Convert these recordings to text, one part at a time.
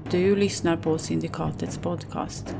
Du lyssnar på Syndikatets podcast.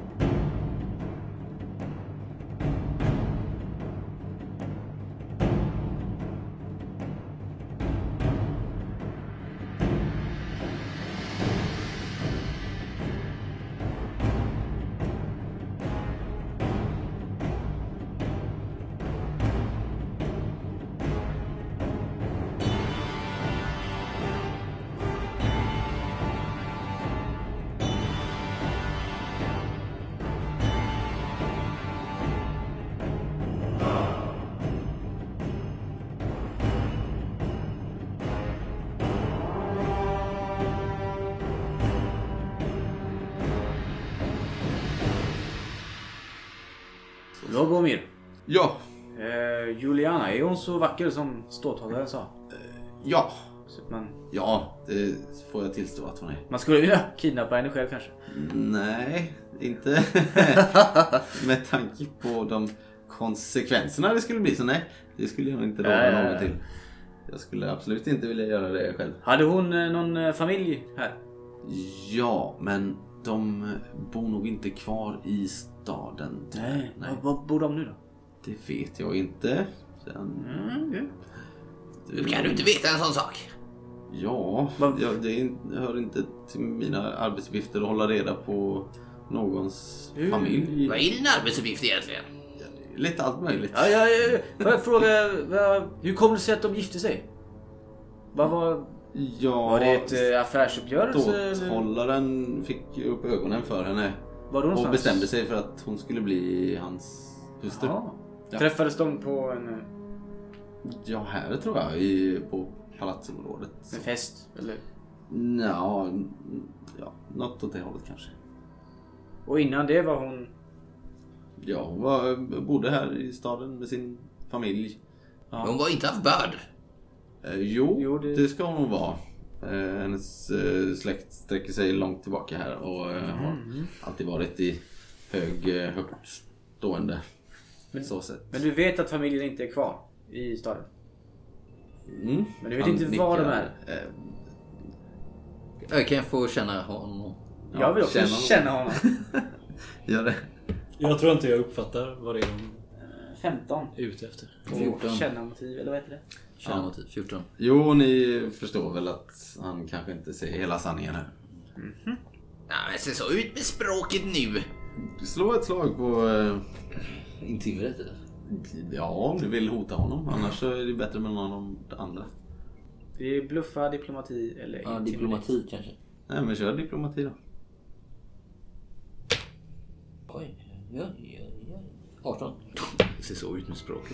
Logomir. Ja. Juliana, är hon så vacker som ståthållaren sa? Ja. Så att Ja, det får jag tillstå att hon är. man skulle vilja kidnappa henne själv kanske? Nej, inte med tanke på de konsekvenserna det skulle bli. Så nej, det skulle jag inte råda någon till. Jag skulle absolut inte vilja göra det själv. Hade hon någon familj här? Ja, men de bor nog inte kvar i staden. Nej. Var bor de nu då? Det vet jag inte. Sen... Hur kan du inte veta en sån sak? Ja, det hör inte till mina arbetsuppgifter att hålla reda på någons familj. Vad är din arbetsuppgift egentligen? Lite allt möjligt. Ja. Får jag fråga, hur kom det sig att de gifte sig? Var det ett affärsuppgörelse? Ståthållaren fick upp ögonen för henne och bestämde sig för att hon skulle bli hans hustru. Ja. Träffades de på en... Ja, här tror jag, på palatsområdet. En fest, eller? Ja, något åt det hållet kanske. Och innan det var hon... Ja, hon bodde här i staden med sin familj. Ja. Hon var inte av börd. Jo, det ska hon nog vara. Hennes släkt sträcker sig långt tillbaka här och har alltid varit i högt stående. Men du vet att familjen inte är kvar i staden? Men du vet inte var de är? Kan jag få känna honom? Jag vill också känna honom. Gör det. Jag tror inte jag uppfattar vad det är de 15 ute efter. 14. Känna motiv, eller vad heter det? Känna motiv, 14. Jo, ni förstår väl att han kanske inte ser hela sanningen här. Ja, men se så ut med språket nu. Slå ett slag på... Intimidate. Ja, om du vill hota honom. Annars så är det bättre med någon av de andra. Det är bluffa, diplomati eller... Ja, diplomati kanske. Nej, men kör diplomati då. Oj, ja. 18. Det ser så ut med språket.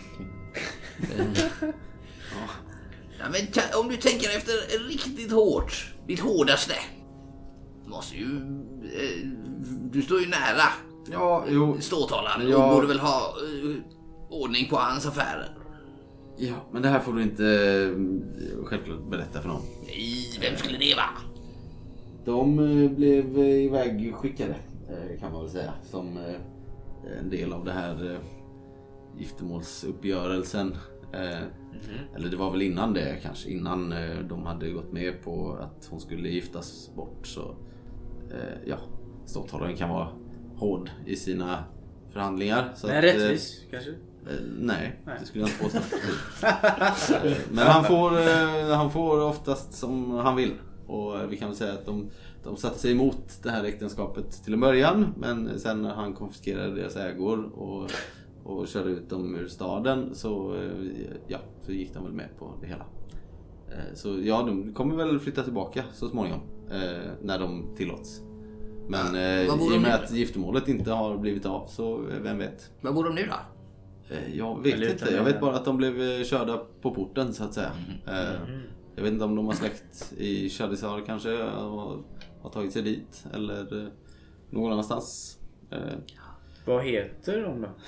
Ja, men om du tänker efter riktigt hårt, ditt hårdaste, måste ju... du står ju nära. Ja, jo. Ståthållaren och borde väl ha ordning på hans affärer. Ja, men det här får du inte självklart berätta för någon. Nej, vem skulle det vara? De blev iväg skickade, kan man väl säga, som en del av det här giftermålsuppgörelsen. Eller det var väl innan det kanske, innan de hade gått med på att hon skulle giftas bort. Så ståthållaren kan vara hård i sina förhandlingar. Så men rättvis kanske? Nej, det skulle jag inte påstå. Men han får oftast som han vill. Och vi kan väl säga att de satte sig emot det här äktenskapet till en början. Men sen när han konfiskerade deras ägor och körde ut dem ur staden så gick de väl med på det hela. Så de kommer väl flytta tillbaka så småningom när de tillåts. Men i och med att giftermålet inte har blivit av så vem vet. Vad bor de nu då? Jag vet inte. Jag vet bara att de blev körda på porten så att säga. Jag vet inte om de har släkt i Chadisar kanske och har tagit sig dit eller någon annanstans. Vad heter de då?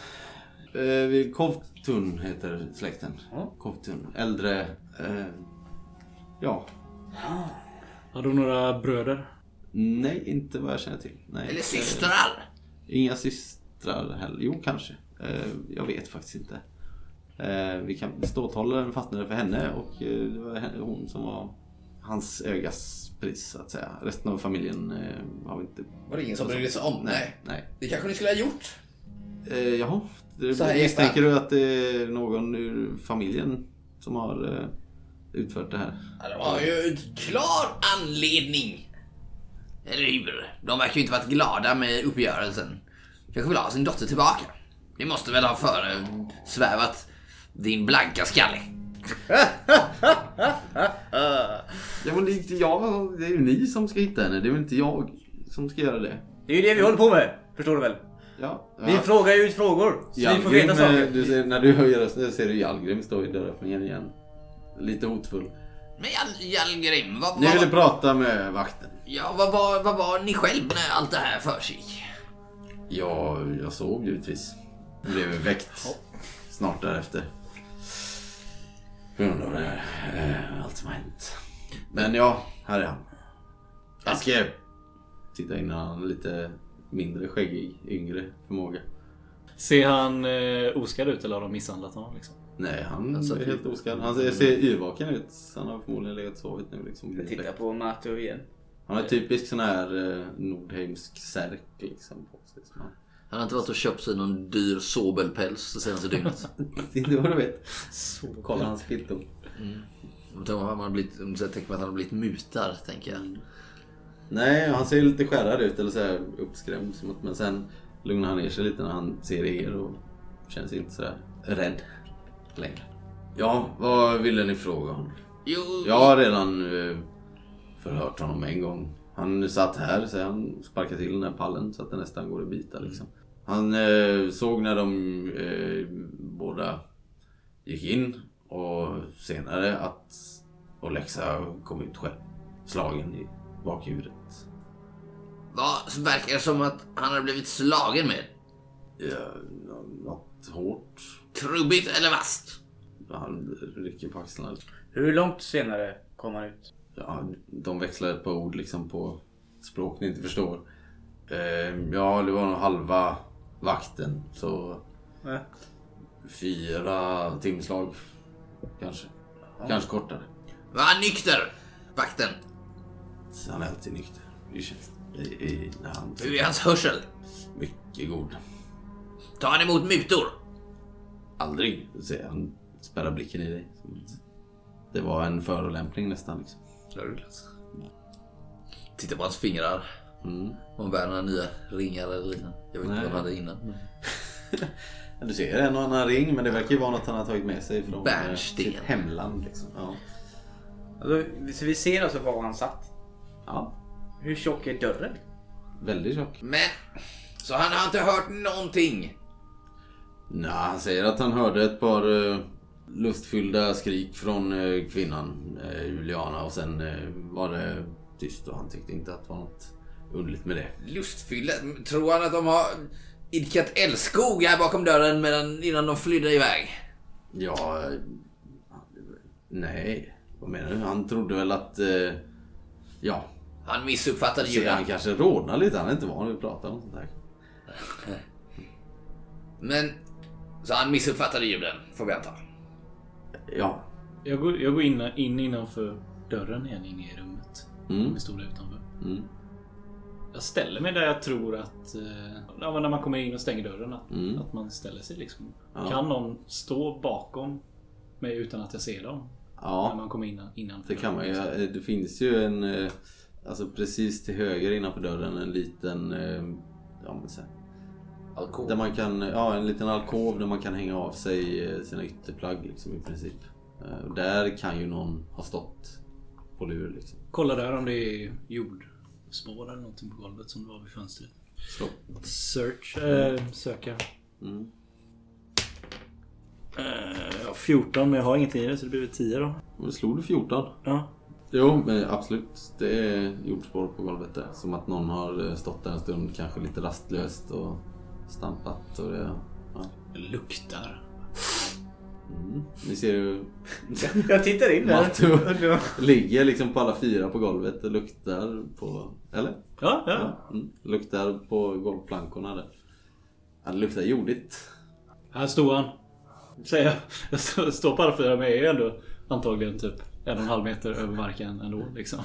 Kovtun heter släkten. Kovtun. Äldre. Har du några bröder? Nej, inte vad jag känner till. Nej. Eller systrar? Inga systrar heller. Jo, kanske. Jag vet faktiskt inte. Ståthållaren fastnade för henne och det var hon som var hans ögas pris så att säga. Resten av familjen har vi inte... Var det ingen som brydde sig om? Nej. Det kanske ni skulle ha gjort. Jaha, Så misstänker du att det är någon ur familjen som har utfört det här? Ja, det var ju en klar anledning. Eller hur? De verkar ju inte varit glada med uppgörelsen. Kanske vill ha sin dotter tillbaka. Ni måste väl ha föresvävat din blanka skalle. Ja, men det är inte jag. Det är ju ni som ska hitta henne. Det är väl inte jag som ska göra det. Det är ju det vi håller på med. Förstår du väl? Ja. Vi frågar ju ut frågor. Så vi får veta saker. Du ser, när du höjer rösten ser du Jalgrim stå i dörröppningen igen. Lite hotfull. Men Jalgrim, Ni ville prata med vakten. Ja, vad var ni själv när allt det här försiggick? Ja, jag sov givetvis. Jag blev väckt snart därefter. På grund av det här, allt som har hänt. Men ja, här är han. Aske. Titta innan han är lite mindre skäggig, yngre förmåga. Ser han oskadd ut eller har de misshandlat honom liksom? Nej, han är helt oskadd. Han ser yrvaken ut. Han har förmodligen legat sovit nu liksom. Titta på Mato igen. Han är typisk sån här nordheimsk särk liksom på sig. Han har inte varit och köpt sig någon dyr sobelpäls det senaste dygnet. Det är inte vad du vet. Kolla hans filton. Man har blivit, jag tänker att han har blivit mutar, tänker jag. Nej, han ser lite skärrad ut eller så här uppskrämd. Men sen lugnar han ner sig lite när han ser er och känns inte så där rädd längre. Ja, vad ville ni fråga honom? Jo. Jag har redan förhört honom en gång. Han satt här, så han sparkade till den här pallen så att den nästan går i bitar liksom. Han såg när de båda gick in och senare att Olexa kom ut själv, slagen i bakhuvudet. Vad verkar det som att han har blivit slagen med? Ja, något hårt. Trubbigt eller vasst? Han rycker på axlarna. Hur långt senare kom han ut? Ja, de växlar ett par ord liksom på språk ni inte förstår. Ja, det var nog halva vakten. Så 4 timslag kanske. Kanske kortare. Var han nykter, vakten? Han är alltid nykter. Det känns när han... Hur är hans hörsel? Mycket god. Tar han emot mutor? Aldrig, säger han. Spärrar blicken i dig. Det var en förolämpning nästan liksom. Titta på hans fingrar. Om bär några nya ringar eller liknande. Jag vet inte vad han hade innan. Du ser en och annan ring, men det verkar ju vara något han har tagit med sig från sitt hemland liksom. Ja. Alltså, så vi ser alltså var han satt. Ja. Hur tjock är dörren? Väldigt tjock. Men, så han har inte hört någonting? Nej, han säger att han hörde ett par lustfyllda skrik från kvinnan Juliana och sen var det tyst och han tyckte inte att det var något underligt med det. Lustfyllda? Tror han att de har idkat älskog här bakom dörren innan de flydde iväg? Ja, nej. Vad menar du? Han trodde väl att ja. Han missuppfattade ju. Han kanske rodnade lite, han är inte van att prata om sånt här. Men så han missuppfattade ljuden, får vi anta. Ja. Jag går in innanför dörren igen in i rummet. Vi stod där utanför. Jag ställer mig där jag tror att när man kommer in och stänger dörren att man ställer sig liksom. Ja. Kan någon stå bakom mig utan att jag ser dem? Ja. När man kommer innanför. Det kan man ju. Det finns ju en alltså precis till höger innanför dörren en liten alkov. Där man kan, en liten alkov där man kan hänga av sig sina ytterplagg liksom i princip. Där kan ju någon ha stått på lur liksom. Kolla där om det är jordspår eller någonting på golvet som det var vid fönstret. Söka. 14, men jag har ingenting i det så det blir 10 då. Men slog du 14? Ja. Jo, men absolut. Det är jordspår på golvet där. Som att någon har stått där en stund, kanske lite rastlöst och stampat. Och det, Det luktar. Ni ser ju... Jag tittar in där. Mato ligger liksom på alla 4 på golvet och luktar på... Eller? Ja. Luktar på golvplankorna där. Ja, det luktar jordigt. Här står han. Säger jag. Jag står på alla 4 men jag är ändå antagligen typ 1,5 meter över marken ändå liksom.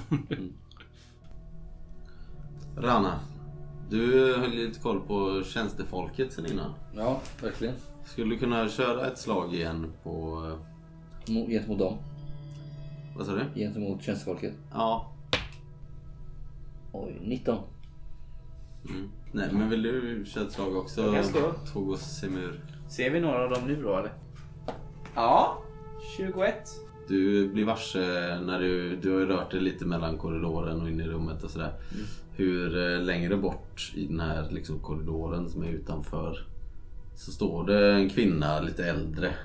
Rana, du höll lite koll på tjänstefolket sen innan. Ja, verkligen. Skulle du kunna köra ett slag igen på... Gentemot dem. Vad sa du? Gentemot tjänstefolket. Ja. Oj, 19. Nej, men vill du köra ett slag också? Jag ska. Togos Semur. Ser vi några av dem nu då eller? Ja, 21. Du blir varse när du har ju rört dig lite mellan korridoren och in i rummet och sådär. Hur längre bort i den här liksom korridoren som är utanför så står det en kvinna, lite äldre.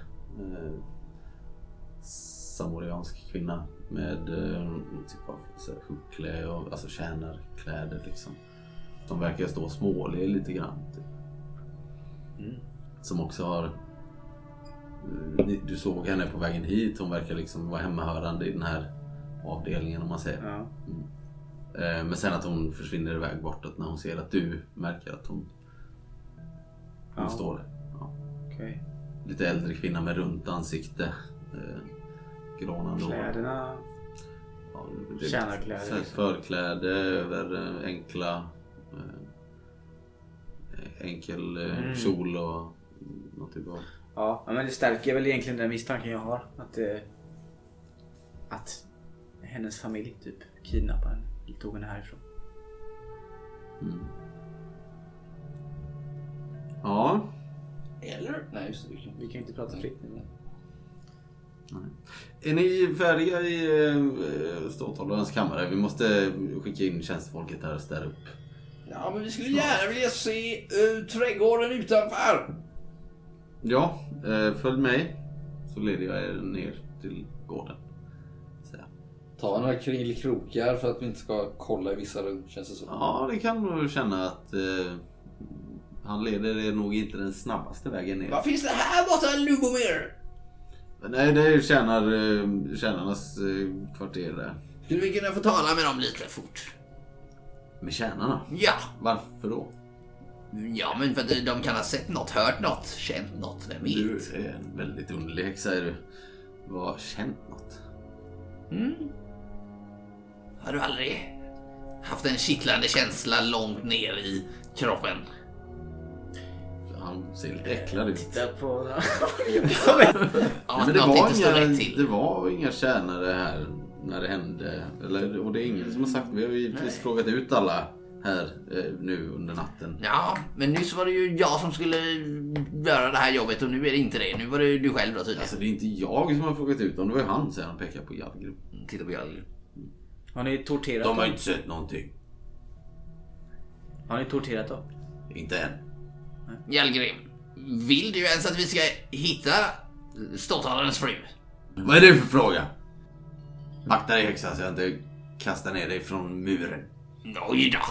Samoriansk kvinna med typ av huckle och alltså tjänarkläder liksom. Som verkar stå och småle lite grann typ. Som också har... Du såg henne på vägen hit. Hon verkar liksom vara hemmahörande i den här avdelningen om man säger. Ja. Men sen att hon försvinner iväg bortåt när hon ser att du märker att hon står där. Ja. Okej. Lite äldre kvinna med runt ansikte. Grånande hår. Kläderna. Ja, Tjänarkläder, liksom. Förkläde över enkla enkel kjol och något typ av... Ja, men det stärker väl egentligen den misstanken jag har. Att hennes familj typ kidnappade henne. Tog henne härifrån. Ja. Eller? Nej, just det. Vi kan inte prata fritt nu. Är ni färdiga i ståthållarens kammare? Vi måste skicka in tjänstefolket här och ställa upp. Ja, men vi skulle gärna vilja se trädgården utanför. Ja, följ mig så leder jag er ner till gården. Så. Ta några krokar för att vi inte ska kolla i vissa rum, känns det så. Ja, det kan nog känna att han leder er nog inte den snabbaste vägen ner. Vad finns det här borta, Lubomir? Nej, det är tjänarnas kvarter där. Skulle vi kunna få tala med dem lite fort? Med tjänarna? Ja. Varför då? Ja, men för att de kan ha sett något, hört något, känt något, vem vet? Du är en väldigt underlig häxa, är du. Vad känt något? Har du aldrig haft en kittlande känsla långt ner i kroppen? Han ser lite äcklad ut. Titta på... Ja, Men det var inga tjänare här när det hände. Och det är ingen som har sagt. Vi har ju givetvis frågat ut alla här nu under natten. Ja, men nyss var det ju jag som skulle göra det här jobbet och nu är det inte det. Nu var det du själv då tydligen. Alltså det är inte jag som har frågat ut dem. Det var ju han, säger han, pekar på Jalgrim. Titta på Jalgrim. Har ni torterat De har dem? inte sett någonting. Har ni torterat dem? Inte än. Jalgrim, vill du ens att vi ska hitta ståthållarens fru? Vad är det för fråga? Akta dig häxa så jag inte kastar ner dig från muren. Oj då.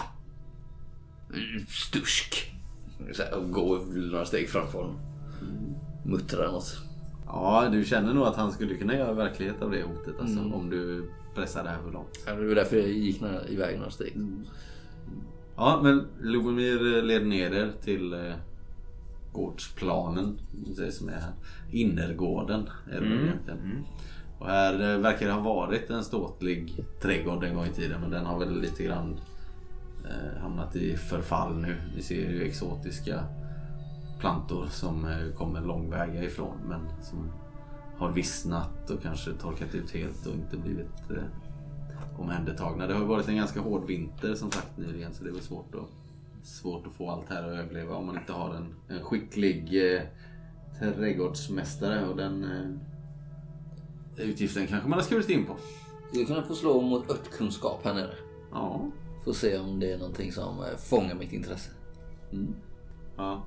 Stursk. Och gå några steg framför honom. Muttrar något. Ja, du känner nog att han skulle kunna göra verklighet av det hotet. Alltså, om du pressar det här för långt. Ja, det var därför jag gick iväg några steg. Ja, men Lubomir leder ner er till gårdsplanen som är här. Innergården är det egentligen. Och här verkar det ha varit en ståtlig trädgård en gång i tiden, men den har väl lite grann hamnat i förfall nu. Vi ser ju exotiska plantor som kommer långväga ifrån, men som har vissnat och kanske torkat ut helt och inte blivit omhändertagna. Det har varit en ganska hård vinter som sagt nyligen, så det är väl svårt att få allt här att överleva om man inte har en skicklig trädgårdsmästare, och den utgiften kanske man har skurit in på. Skulle kunna få slå mot örtkunskap här nere. Ja. Får se om det är någonting som fångar mitt intresse. Ja.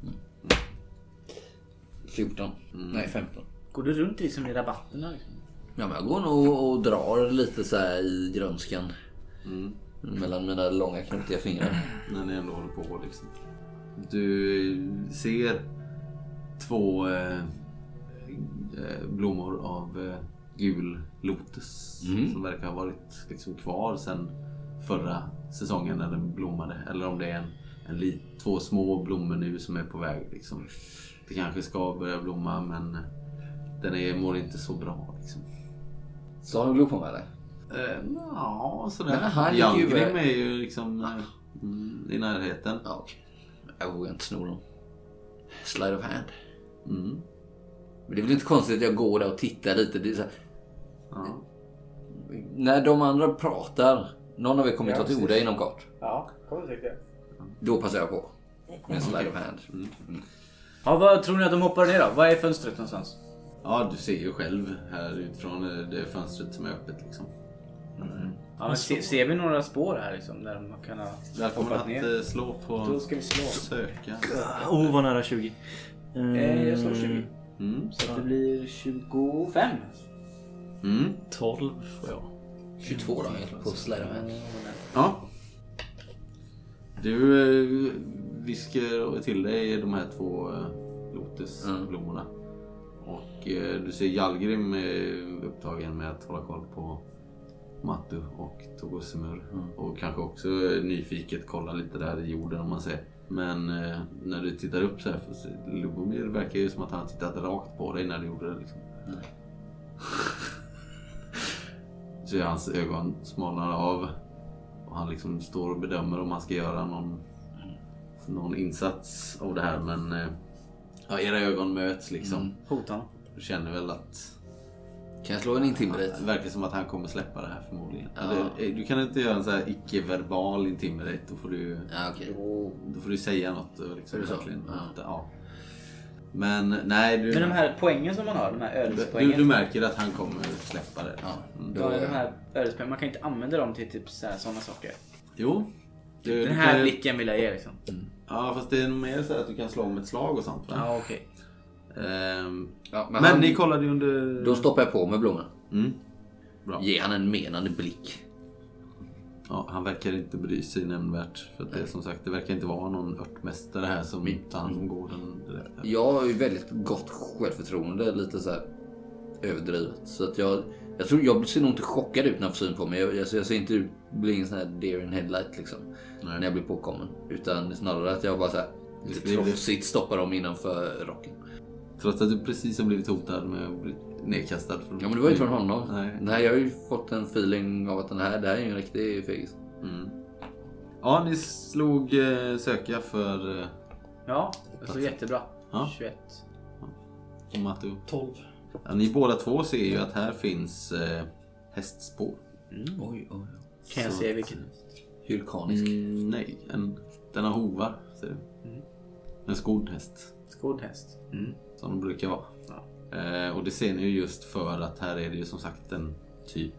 14. Nej, 15. Går du runt liksom i rabatterna? Liksom? Ja, men jag går nog och drar lite så här i grönskan. Mellan mina långa knotiga fingrar. När ni ändå håller på liksom. Du ser 2 blommor av gul lotus som verkar ha varit liksom kvar sedan förra säsongen när den blommade. Eller om det är 2 små blommor nu som är på väg liksom. Det kanske ska börja blomma, men den mår inte så bra liksom. Så har de glott på mig eller? Ja, sådär. Men han gick ju Jalgrim är ju liksom i närheten. Ja, okej. Jag vågar inte sno dem. Slide of hand. Mm. Men det är väl inte konstigt att jag går där och tittar lite. Det är så här, Ja. när de andra pratar, någon av er kommer ta till orda inom kort. Ja, kommer säkert. Då passar jag på. Med slide of hand. Ja, vad tror ni att de hoppar ner då? Vad är fönstret någonstans? Ja, du ser ju själv här utifrån det fönstret som är öppet liksom. Ja, men ser vi några spår här liksom? Där man kan ha Där får hoppat man ner? att slå på Då ska vi slå. söka. Vad nära 20. Jag slår 20. Så att det blir 25. 12 får jag. 22 då på slide of hand. Ja. Du viskar till dig de här 2 lotusblommorna. Och du ser Jalgrim upptagen med att hålla koll på Matu och Togosimur. Och kanske också nyfiket kolla lite där i jorden om man ser. Men när du tittar upp så här för Lubomir verkar ju som att han tittat rakt på dig när du gjorde det liksom. Så hans ögon smalnar av. Och han liksom står och bedömer om han ska göra någon insats av det här. Men ja, era ögon möts liksom. Hotan. Du känner väl att Kan jag slå en intimidate? det verkar som att han kommer släppa det här förmodligen. Ja. Du kan inte göra en så här icke-verbal intimidate. Då får du säga något. Liksom, Är det så? verkligen. Ja. Ja. Men nej, Men de här poängen som man har, de här ödespoängen. du märker att han kommer släppa det. Ja, Ja, de här ödespoängen, man kan inte använda dem till typ sådana saker. Jo. Den här blicken vill jag ge liksom. Ja, fast det är nog mer så att du kan slå om ett slag och sånt va? Ja, okej. Ja, Men ni kollade ju under... Då stoppar jag på med blommorna. Bra. Ge han en menande blick. Ja, han verkar inte bry sig nämnvärt. För att det, som sagt, det verkar inte vara någon örtmästare här som tar hand om gården direkt. Jag har ju väldigt gott självförtroende, lite så här överdrivet. Så att jag tror jag ser nog inte chockad ut när jag får syn på mig. Jag ser inte ut bli en sån här deer in headlight liksom. Nej. När jag blir påkommen. Utan snarare att jag bara så här lite trotsigt stoppar dem innanför rocken. Trots att du precis har blivit hotad med att bli nedkastad från... Ja, men det var ju från honom. Nej. Jag har ju fått en feeling av att det här är ju en riktig fegis. Ja, ni slog söka för... Ja, det står jättebra. Ja. 21. Och Matu. 12. Ja, ni båda två ser ju att här finns hästspår. Oj. Kan jag se vilken? Hyrkanisk. Nej, den har hovar, ser du. En skodd häst. Skodd häst. Som de brukar vara. Ja. Och det ser ni ju just för att här är det ju som sagt en typ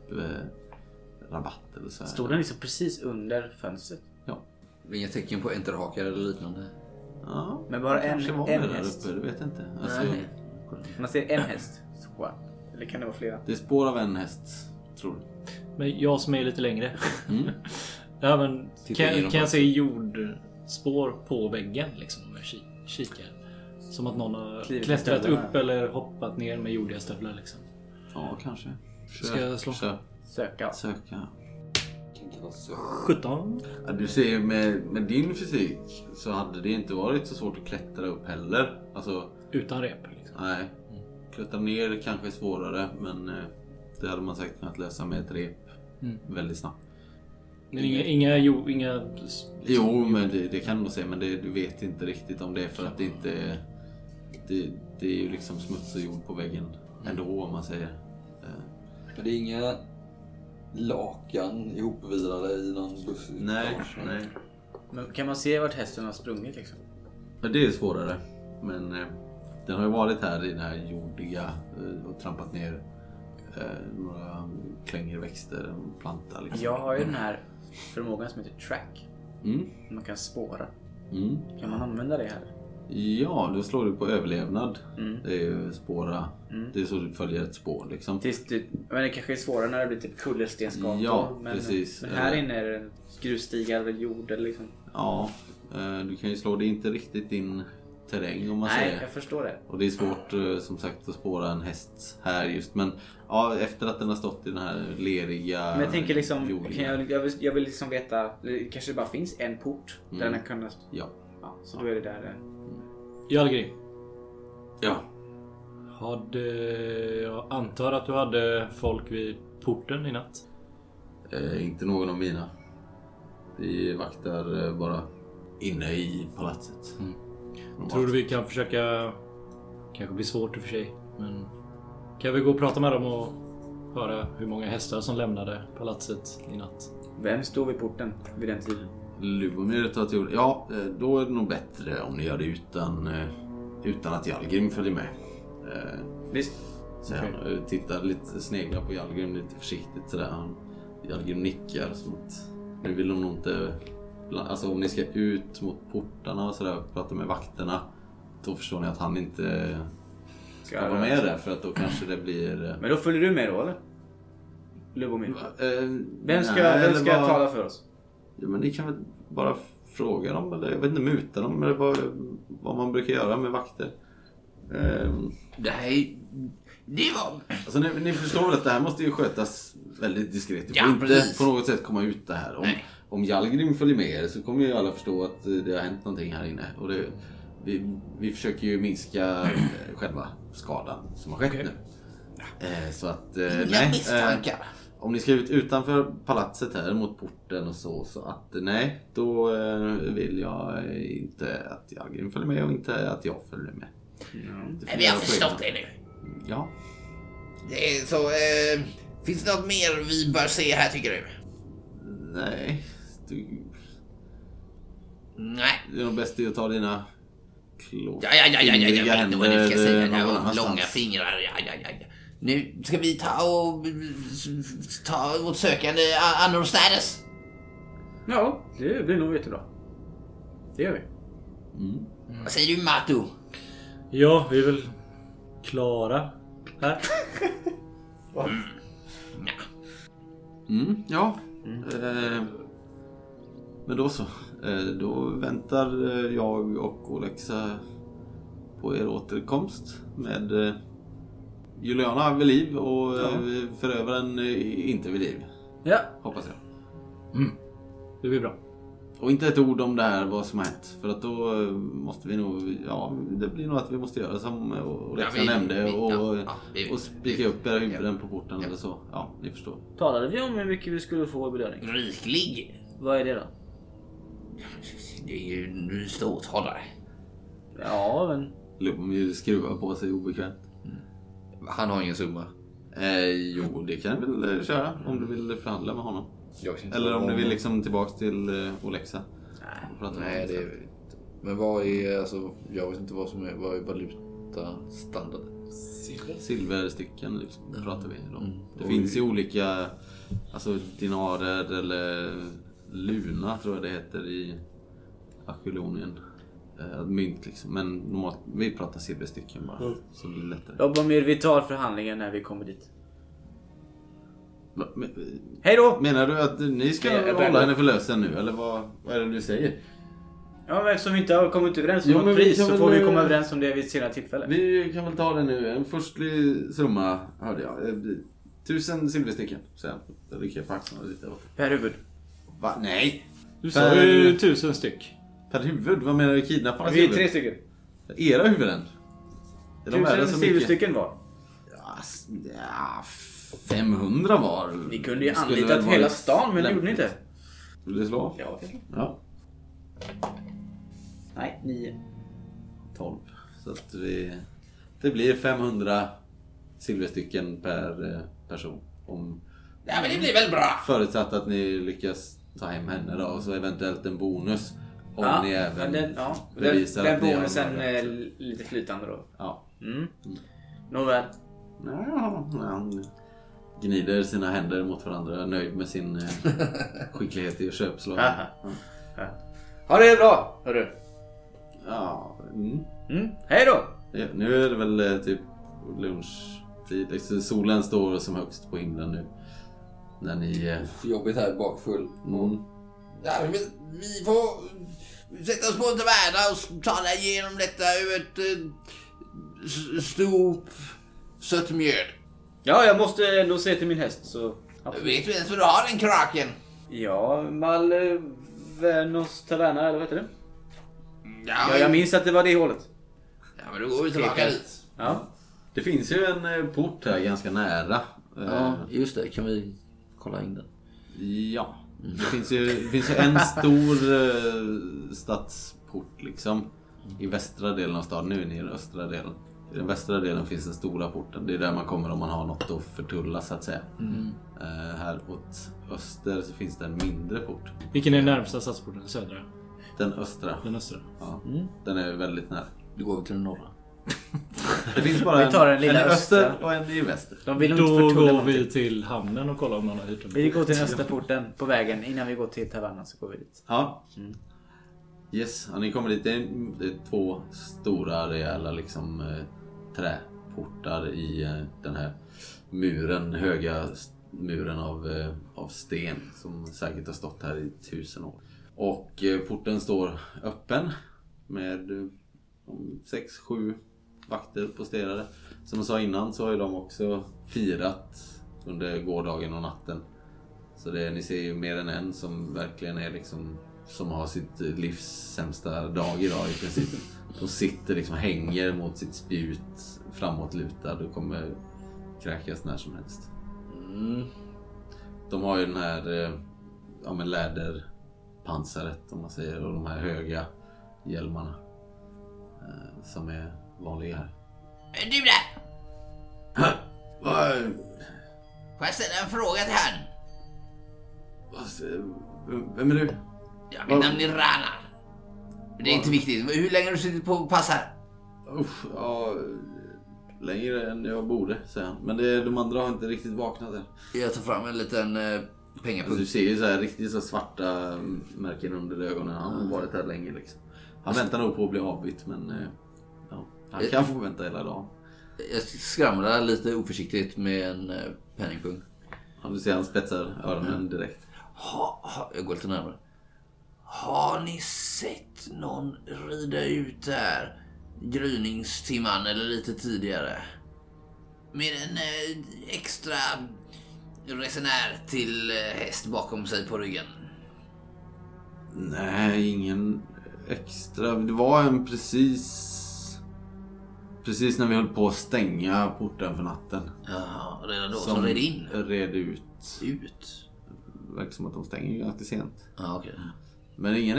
rabatt eller så här. Stod den liksom precis under fönstret? Ja. Inga tecken på enterhakar eller liknande. Ja, Men bara kanske var en det häst. där uppe, du vet inte. Alltså, Nej. Man ser en häst. Så. Eller kan det vara flera? det är spår av en häst, tror du. Men jag som är lite längre. Ja, men kan jag se jordspår på väggen liksom om jag kikar? Som att någon har Klivit klättrat stövlarna. upp eller hoppat ner med jordiga stövlar liksom. Ja, kanske. Ska jag slå? Söka. Söka. 17. Ja, du ser ju med din fysik så hade det inte varit så svårt att klättra upp heller. Alltså, Utan rep liksom. nej. Klättra ner kanske är svårare, men det hade man säkert kunnat lösa med ett rep väldigt snabbt. Men inga Jo, men det kan du se, men du vet inte riktigt om det är för att det inte det är ju liksom smuts och jord på väggen ändå, om man säger. Men det är inga lakan ihopvirade i någon buss. Nej. Men kan man se vart hästen har sprungit liksom? Ja, det är svårare, men den har ju varit här i den här jordiga och trampat ner några klängerväxter, en planta liksom. Jag har ju den här förmågan som heter track. Mm. Man kan spåra. Mm. Kan man använda det här? Ja, då slår du på överlevnad. Det är ju spåra. Det är så du följer ett spår liksom. Men det kanske är svårare när det blir typ kullerstensgator. Ja, men, precis. Men här inne är det en grusstigar eller jord eller liksom. Ja, du kan ju slå det inte riktigt din terräng om man Nej, säger. jag förstår det. Och det är svårt som sagt att spåra en häst här just. Men ja, efter att den har stått i den här leriga... Men jag tänker liksom, jordiga. jag vill liksom veta, kanske det bara finns en port där den kan... Ja. Ja, så då är det där. Jalgrim. Ja. Jag antar att du hade folk vid porten i natt? Inte någon av mina. Vi vaktar bara inne i palatset. Tror du vi kan försöka... Kanske blir svårt i och för sig. Men kan vi gå och prata med dem och höra hur många hästar som lämnade palatset i natt? Vem står vid porten vid den tiden? Lubomir tar till... Ja, då är det nog bättre om ni gör det utan att Jalgrim följer med. Visst. Så han tittar lite, sneglar på Jalgrim lite försiktigt sådär. Jalgrim nickar som att nu vill de nog inte... Alltså om ni ska ut mot portarna och sådär och prata med vakterna, då förstår ni att han inte ska vara med där, för att då kanske det blir... Men då följer du med då, eller? Lubomir. Vem ska tala för oss? Ja, men ni kan väl bara fråga dem, eller jag vet inte, muta dem, eller vad man brukar göra med vakter. Det var... Alltså ni förstår väl att det här måste ju skötas väldigt diskret. Det Ja, får inte precis. på något sätt komma ut det här. Om Jalgrim följer med er så kommer ju alla förstå att det har hänt någonting här inne. Och vi försöker ju minska själva skadan som har skett nu. Så att... Inga misstankar. Om ni ska ut utanför palatset här mot porten och så att nej, då vill jag inte att Jalgrim följer med och inte att jag följer med. Vi har förstått det nu. Ja. Det är så... finns det något mer vi bör se här, tycker du? Nej. Nej. Det är nog bäst att ta dina Ja. Jag vet inte vad du ska säga. Det var långa fingrar. Ja. Nu ska vi ta vårt sökande annorstädes. Ja, det blir nog jättebra. Det gör vi. Vad säger du, Matu? Ja, vi är väl klara här. Ja. Men då så. Då väntar jag och Olexa på er återkomst med Juliana vid liv och förövaren inte vid liv. Ja. Hoppas jag. Det blir bra. Och inte ett ord om det här, vad som har hänt. För att då måste vi nog... Ja, det blir nog att vi måste göra som Olexa nämnde. Och spika upp era huvuden på porten eller så. Ja, ni förstår. Talade vi om hur mycket vi skulle få i belöning? Riklig. Vad är det då? Det är ju en stortalare. Ja, men... Lubomir skruvar på sig obekvämt. Han har ingen summa. Jo, det kan jag väl köra om du vill förhandla med honom. Eller om du vill liksom tillbaks till Olexa. Nej, det är inte. Men vad är, alltså, jag vet inte vad är valutastandard? Silverstycken liksom, pratar vi då. Det finns ju olika, alltså dinarer eller luna tror jag det heter i Akyllonien. Mynt liksom, men normalt, vi pratar silverstycken bara, så blir det lättare. Jobba mer vital förhandlingar när vi kommer dit. Hej då! Menar du att ni ska hålla henne för lösen nu, eller vad är det du säger? Ja, men eftersom vi inte har kommit överens om något pris så får vi komma överens om det vid ett senare tillfälle. Vi kan väl ta det nu. En förstlig summa hörde jag. 1000 silverstycken. Så jag rycker på axlarna lite. Per huvud. Va? Nej. Du sa ju 1000 styck. Per huvud? Vad menar du? Kidnapparnas Vi är huvud? 3 stycken. Era huvuden? Är de värda 1000 så silverstycken var. Ja, 500 var. Ni kunde ju anlitat hela stan, men det gjorde ni inte. Vill du slå? Ja, kanske. Ja. Nej, 9. 12. Så att det blir 500 silverstycken per person. Ja, men det blir väl bra. Förutsatt att ni lyckas ta hem henne då, och så eventuellt en bonus. Om ni även bevisar den att ni har bonusen mördat. är lite flytande då. Ja. Nåväl. Han gnider sina händer mot varandra, nöjd med sin skicklighet i köpslag. Ha det bra, hörru. Ja. Hej då! Ja, nu är det väl typ lunchtid. Liksom, solen står som högst på himlen nu. När ni... Jobbigt här bakfull. Ja, vi får sätta oss på en taverna och tala igenom detta ur ett stort sött mjöd. Ja, jag måste ändå se till min häst så... Vet du ens vad du har den kraken? Ja, Malvernos taverna, eller vad heter det? Ja, Ja, jag minns att det var det hållet. Ja, men då går vi tillbaka dit. Ja. Det finns ju en port här ganska nära. Ja, just det. Kan vi kolla in den? Ja. Det finns ju en stor stadsport liksom. I västra delen av staden. Nu är ni i den östra delen. I den västra delen finns den stora porten. Det är där man kommer om man har något att förtulla så att säga. Här åt öster så finns det en mindre port. Vilken är närmsta stadsporten? Södra? Den östra. Den östra. Ja. Den är väldigt nära. Du går till den norra. Det finns bara Vi tar den lilla en öster östra. och en i väster. De vill Då inte förtulla går någonting. vi till hamnen och kollar om någon har hyrt en Vi går till båt. nästa porten på vägen. Innan vi går till tavernan så går vi dit. Ja. Yes, ni kommer dit. Det är 2 stora rejäla liksom träportar i den här muren, höga muren av sten som säkert har stått här i 1000 år. Och porten står öppen med 6-7 vakter posterade. Som jag sa innan så har ju de också firat under gårdagen och natten. Så ni ser ju mer än en som verkligen är liksom som har sitt livs sämsta dag idag i princip. De sitter liksom, hänger mot sitt spjut framåtlutad och kommer kräkas när som helst. De har ju den här läderpansaret om man säger och de här höga hjälmarna som är vanliga här. Du där! Vad? Får jag ställa en fråga till han? Vem är du? Ja, mitt namn är Rana. Det är inte viktigt. Hur länge har du suttit på och passar? Ja, längre än jag borde säga han. Men de andra har inte riktigt vaknat än. Jag tar fram en liten pengapunkt. Alltså, du ser ju så här riktigt så svarta märken under ögonen. Han har varit här länge liksom. Han väntar nog på att bli avbytt men han kan få vänta hela dagen. Jag skramlar lite oförsiktigt med en penningpung. Ja, du ser han spetsar öronen direkt. Jag går lite närmare. Har ni sett någon rida ut där gryningstimman eller lite tidigare? Med en extra resenär till häst bakom sig på ryggen? Nej, ingen extra. Det var en precis när vi höll på att stänga porten för natten. Ja, redan då som red in? Red ut. Ut? Det verkar som att de stänger ganska sent. Ja, okej. Men ingen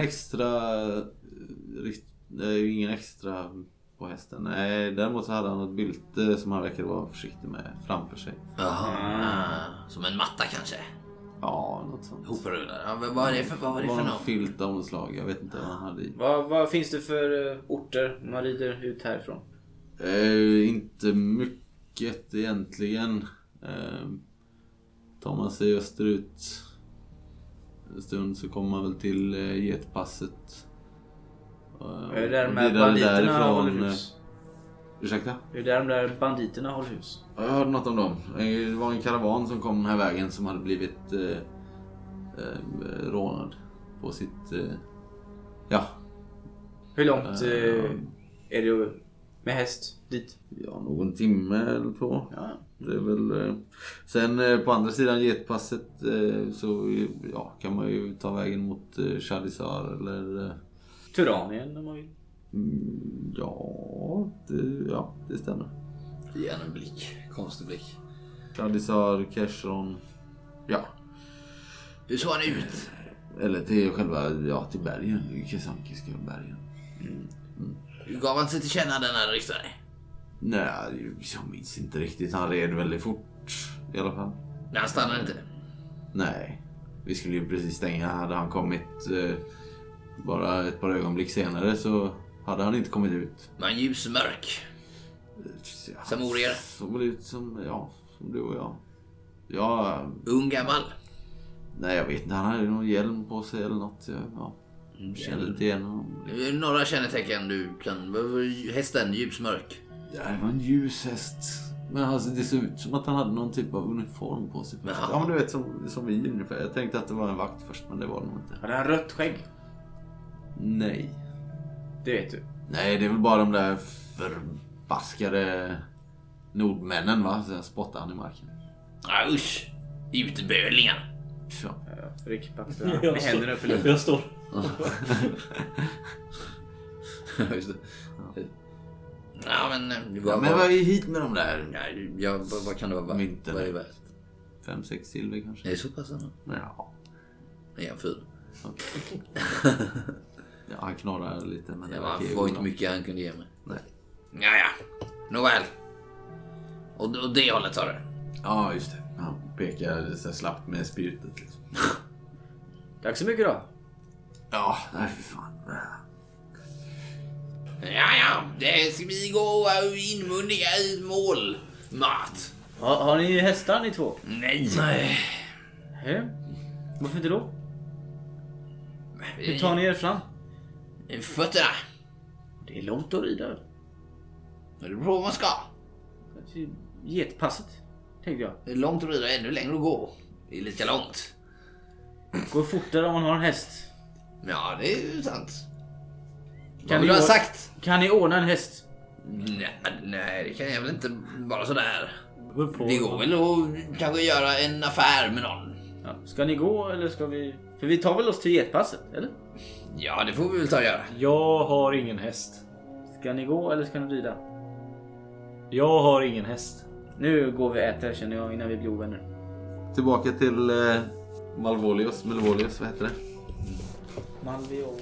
extra på hästen. Nej, däremot så hade han något bylte som han verkade vara försiktig med framför sig. Jaha, som en matta kanske? Ja, något sånt. Hoprullar. Ja, vad var det för något? Filt av något slag. Jag vet inte vad han hade i. Vad finns det för orter man rider ut härifrån? Inte mycket egentligen. Tar man sig österut en stund så kommer man väl till Getpasset. Är det där de här banditerna håller hus? Ursäkta? Är det där de där banditerna håller hus? Jag hörde något om dem. Det var en karavan som kom den här vägen som hade blivit rånad på sitt... Hur långt är det med häst dit? Ja, någon timme eller 2. Ja. Det är väl... Sen på andra sidan Getpasset så kan man ju ta vägen mot Chadisar eller... Turanien om man vill. Det stämmer. Ge en blick. Konstig blick. Chadisar, Keshron. Ja. Hur såg han ut? Eller till själva, till bergen. Kesankiska bergen. Hur gav han sig till känna den här ryktaren? Nej, jag minns inte riktigt. Han red väldigt fort i alla fall. Nej, han stannade inte. Nej. Vi skulle ju precis stänga. Hade han kommit bara ett par ögonblick senare så hade han inte kommit ut. Var han ljusmörk? Ja, Som orier? såg ut som du och jag. Ja. Ung, gammal? Nej, jag vet inte. Han hade någon hjälm på sig eller något. Kände inte igen honom. Några kännetecken du kan... Hästen, ljusmörk? Ja, det var en ljus häst. Men alltså, det såg ut som att han hade någon typ av uniform på sig. Ja, men du vet som vi ungefär. Jag tänkte att det var en vakt först, men det var det nog inte. Hade han rött skägg? Nej. Det vet du. Nej, det är väl bara de där förbaskade nordmännen, va? Så spottar han i marken. Ah, usch. Utbölingar. Ja. Ryck på axlarna med händerna upp i luften. Jag står. Just det. Ja, men... Men vad är hit med de där? Ja, vad kan det vara? Mynten. Vad är det värt? 5-6 silver kanske. Är det så pass? Ja. Nej, en 4. Ja, han knorrar lite. Men Det var inte mycket han kunde ge mig. Nej. Ja. Nåväl. Och det hållet tar det. Ja, just det. Han pekar så slappt med spjutet liksom. Tack så mycket då. Ja, nej för fan. Ja. Det ska vi gå inmundiga i mål. Mat. Har ni hästar ni två? Nej. Varför inte då? Hur tar ni er fram? Fötterna. Det är långt att rida. Det beror på vad man ska. Getpasset, tänkte jag. Det är långt att rida, ännu längre att gå. Det är lika långt. Går fortare om man har en häst. Ja, det är ju sant. Kan Vad vill du ha sagt? Kan ni ordna en häst? Nej, det kan jag väl inte bara sådär. På. Det går väl att kanske göra en affär med någon. Ja. Ska ni gå eller ska vi... För vi tar väl oss till getpasset, eller? Ja, det får vi väl ta och göra. Jag har ingen häst. Ska ni gå eller ska ni rida? Jag har ingen häst. Nu går vi och äter, känner jag, innan vi blir ovänner. Tillbaka till Malvolios, vad heter det? Malvio.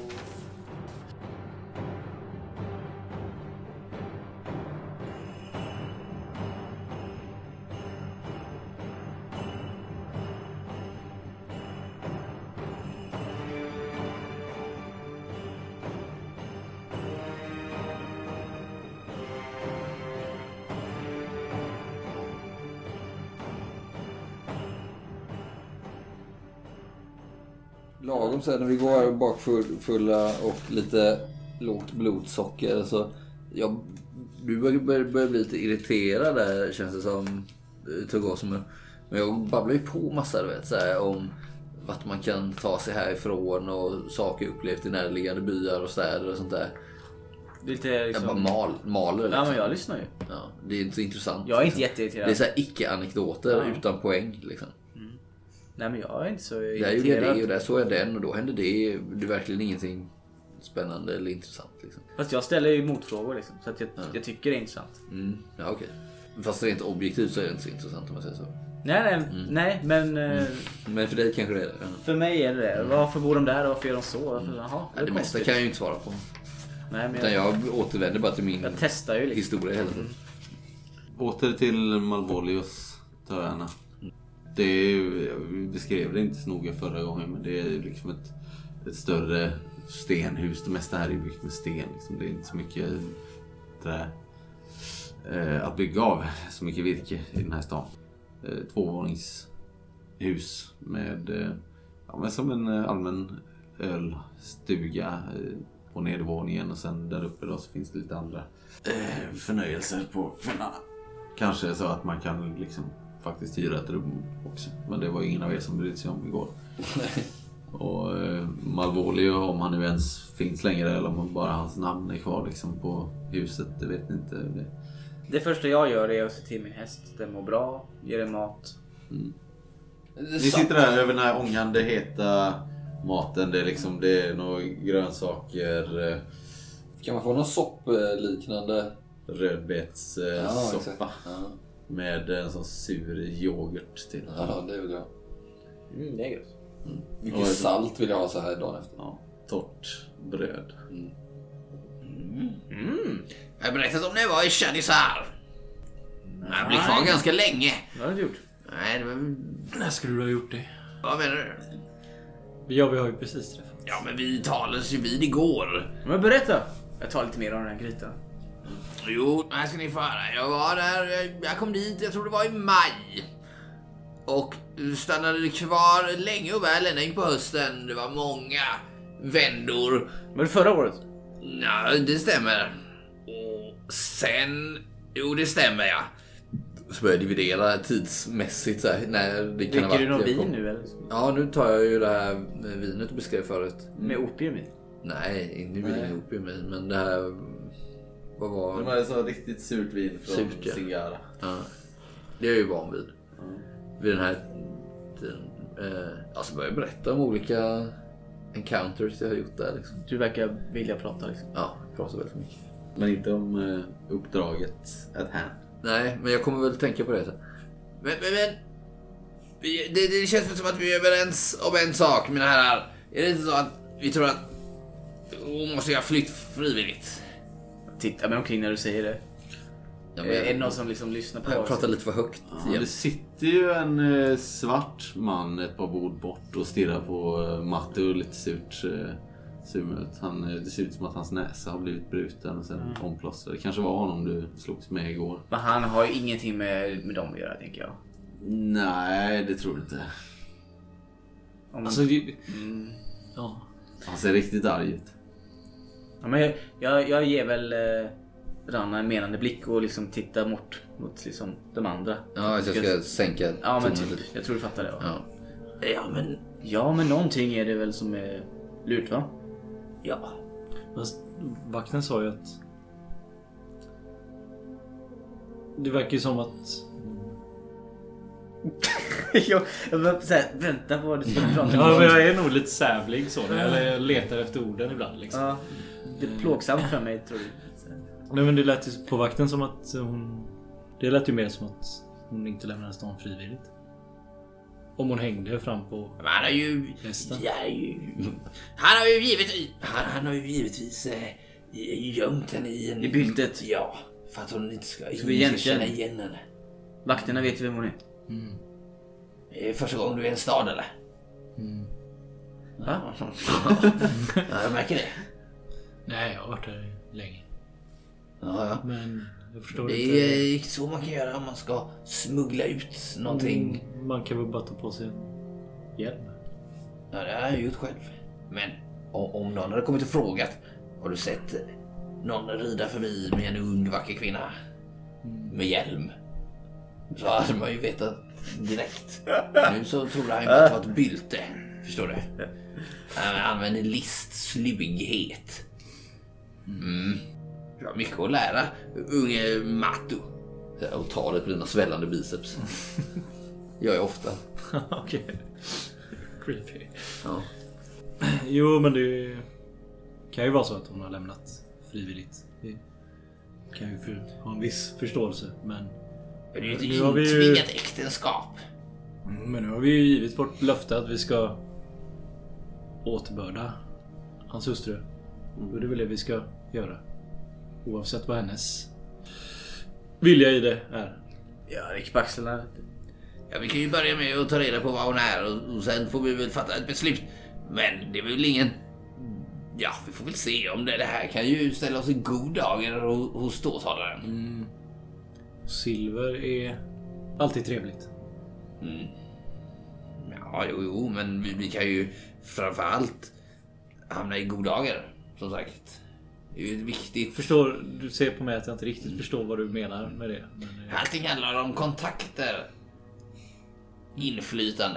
Lagom sen när vi går här bakfulla och lite lågt blodsocker så du börjar bli lite irriterad där, känns det som. Men jag babblar ju på massa, du vet, så här, om vart man kan ta sig härifrån och saker upplevt i närliggande byar och städer och sånt där. Lite liksom... Jag bara maler liksom. Ja, men jag lyssnar ju. Ja, det är inte så intressant. Jag är inte jätteirriterad. Det är så här icke-anekdoter utan poäng liksom. Nej, men jag är inte så Där gjorde jag det och där såg jag den och då hände det. Det är verkligen ingenting spännande eller intressant liksom. Fast jag ställer ju motfrågor liksom, så att jag tycker det är intressant. Ja, okej. Fast rent objektivt så är det inte så intressant om man säger så. Nej, men... Men för dig kanske det är det. Ja. För mig är det det. Varför bor de där och varför gör de så? Jaha, Det mesta kan jag ju inte svara på. Nej, men Utan jag återvänder bara till min jag testar ju liksom. historia hela tiden. Åter till Malvolios, tar jag gärna. Det är, jag beskrev det inte så noga förra gången, men det är liksom ett större stenhus. Det mesta här är byggt med sten. Liksom. Det är inte så mycket trä att bygga av, så mycket virke i den här stan. 2-våningshus med som en allmän ölstuga på nedervåningen, och sen där uppe då så finns det lite andra förnöjelser på kvällarna. Kanske så att man kan liksom faktiskt hyra ett rum också. Men det var ingen av er som brydde sig om igår. Och Malvolio, om han nu ens finns längre eller om bara hans namn är kvar liksom på huset, det vet ni inte. Det första jag gör är att se till min häst. Den mår bra, ger den mat. Ni sitter där över den här ångande heta maten. Det är liksom, det är några grönsaker. Kan man få någon soppliknande? Rödbetssoppa. Med en sån sur yoghurt till. Ja, det vill jag. Det är gött. Mycket salt vill jag ha så här dagen efter. Ja, torrt bröd. Jag har berättat om när jag var i Charizard. Jag blev kvar ganska länge. Vad har du gjort? Nej, det var... När skulle du ha gjort det? Vad menar du? Ja, vi har ju precis träffat. Ja, men vi talades ju vid igår. Men berätta. Jag tar lite mer av den här grytan. Jo, här ska ni få höra. Jag var där, jag kom dit, jag tror det var i maj. Och stannade kvar länge och väl ända in på hösten. Det var många vändor. Var det förra året? Ja, det stämmer. Och sen... Jo, det stämmer, ja. Så börjar jag dividera tidsmässigt så här, när det kan ha varit. Dricker du någon vin nu eller? Ja, nu tar jag ju det här vinet du beskrev förut. Med opium i? Nej, nu är det ingen opium i, men det här... Vad var Det var så riktigt surt vin från Surt, ja. Cigara. Ja. Det är jag ju van vid. Vid den här tiden. Alltså börjar jag berätta om olika encounters jag har gjort där liksom. Du verkar vilja prata liksom. Ja, jag pratar väldigt mycket. Men inte om uppdraget at hand. Nej, men jag kommer väl tänka på det. Så. Men det känns som att vi är överens om en sak, mina herrar. Är det inte så att vi tror att hon måste ha flytt frivilligt? Titta mig omkring när du säger det. Ja, men, Är det någon som liksom lyssnar på jag oss? pratar lite för högt. Ja, det sitter ju en svart man ett par bord bort och stirrar på Matte och lite surt surmult. Det ser ut som att hans näsa har blivit bruten och sen omplåstrad. Det kanske var honom du slogs med igår. Men han har ju ingenting med dem att göra, tänker jag. Nej, det tror jag inte. Alltså, ja. Han ser riktigt arg ut. Ja, men jag ger väl Ranna en menande blick och liksom tittar mot liksom de andra. Ja, jag ska sänka Ja, men tonen typ. lite. Jag tror du fattar det. Ja. Ja, men någonting är det väl som är lurt, va? Ja. Fast vakten sa ju att det verkar ju som att jag var så här, vänta på vad du ska prata om. ja, men jag är nog lite sävlig så. Eller jag letar efter orden ibland liksom. Ja, det är plågsamt för mig, tror du. Nej, men det lät ju på vakten som att hon... Det lät ju mer som att hon inte lämnade stan frivilligt. Om hon hängde fram på Men han har ju... hästen. Han har ju givetvis gömt henne i byltet. Ja, för att hon inte ska vi känna igen henne. Vakterna vet ju vem hon är. Är det första gången du är i en stad, eller? Va? Ja, jag märker det. Nej, jag har varit här länge. Ja. Men jag förstår Det inte. är så man kan göra om man ska smuggla ut någonting. Man kan väl bara ta på sig en hjälm. Ja, det har jag gjort själv. Men om någon hade kommit och frågat, har du sett någon rida förbi med en ung vacker kvinna med hjälm? Så hade man ju vetat direkt. Nu så tror jag att det var ett bylte. Förstår du? Han använder list, slugghet. Jag har mycket att lära, unge Matto. Och ta det på dina svällande biceps. Jag är ofta. Okej. Creepy. Ja. Jo, men det kan ju vara så att hon har lämnat frivilligt. Det kan ju ha en viss förståelse, men... Det är ju ett Nu har vi ju- intvingat äktenskap. Men nu har vi ju givit vårt löfte att vi ska återbörda hans hustru. Och det är väl det vi ska göra. Oavsett vad hennes vilja i det är. Ja, Rick på axlarna. Ja, vi kan ju börja med att ta reda på vad hon är och sen får vi väl fatta ett beslut. Men det är väl ingen... Ja, vi får väl se om det här kan ju ställa oss i god dagar hos ståthållaren. Silver är alltid trevligt. Ja, jo, men vi kan ju framförallt hamna i god dagar, som sagt. Det är ju viktigt. Förstår, du ser på mig att jag inte riktigt förstår vad du menar med det. Men, Allting handlar om kontakter. Inflytande.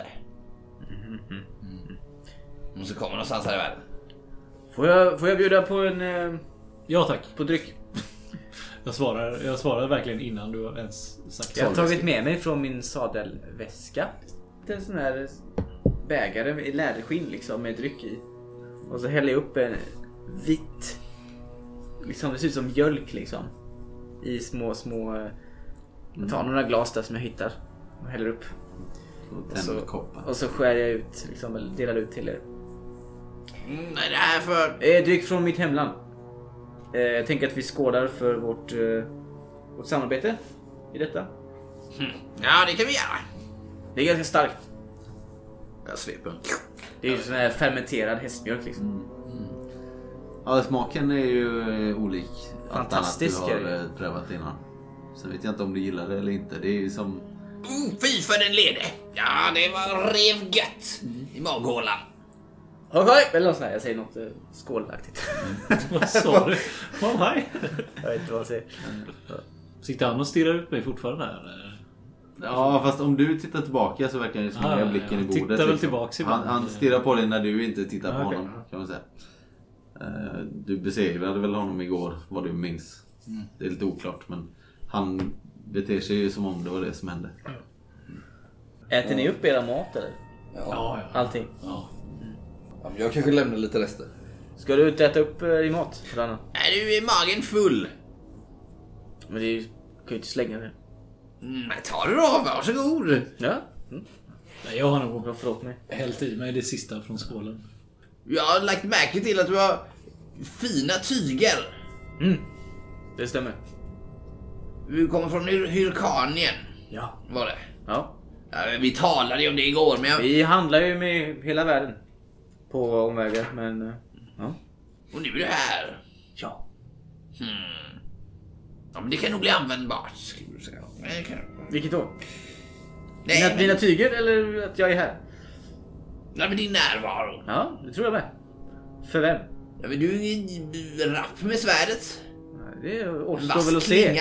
Och så kommer någonstans här i världen. Får jag bjuda på en ja, tack. på dryck? Jag svarar verkligen innan du har ens sagt Jag har sadelväska. tagit med mig från min sadelväska en sån här bägare i läderskinn liksom med dryck i. Och så häller jag upp en vitt, liksom det ser ut som mjölk liksom, i små jag tar några glas där som jag hittar och häller upp. Och så skär jag ut liksom, eller delar ut till er. Nej, det här för... Dryck från mitt hemland. Jag tänker att vi skådar för vårt samarbete i detta. Ja, det kan vi göra. Det är ganska starkt. Jag sveper. Det är ju sån här fermenterad hästmjölk liksom. Ja, smaken är ju olik Fantastisk allt annat är du det. har prövat innan. Sen vet jag inte om du gillar det eller inte. Det är ju som... Fy för den lede. Ja, det var revgött i maghålan. Okej, eller något sånt här. Jag säger något skålaktigt. Vad sa du? Oh, hej. Jag vet inte vad jag säger. Sitter han och stirrar ut mig fortfarande här? Eller? Ja, fast om du tittar tillbaka så verkar han ju smörja blicken i bordet. tittar väl tillbaks ibland. Han stirrar på dig när du inte tittar på okej. honom, kan man säga. Du besegrade väl honom igår, vad du minns. Det är lite oklart, men han beter sig ju som om det var det som hände. Äter ni upp era mat eller? Ja. Allting? Ja. Ja, men jag kanske lämnar lite rester. Ska du inte äta upp din mat? Ranna? Nej, Är du magen full? Men det är ju... kan ju inte slänga det. Ta det då, varsågod. Ja. Nej, jag har nog Förlåt mig. hällt i mig det sista från skålen. Jag har lagt märke till att du har fina tyger. Det stämmer. Du kommer från Hyrkanien. Ja. Var det? Ja. Ja, vi talade ju om det igår, men Vi handlar ju med hela världen. På omvägar, men... ja. Och nu är du här. Ja. Ja, men det kan nog bli användbart. Skulle du säga. Vilket då? Nej, Mina tyger eller att jag är här? Nej, men din närvaro. Ja, det tror jag med. För vem? Ja, men du är rapp med svärdet. Det återstår väl att se. Klinga.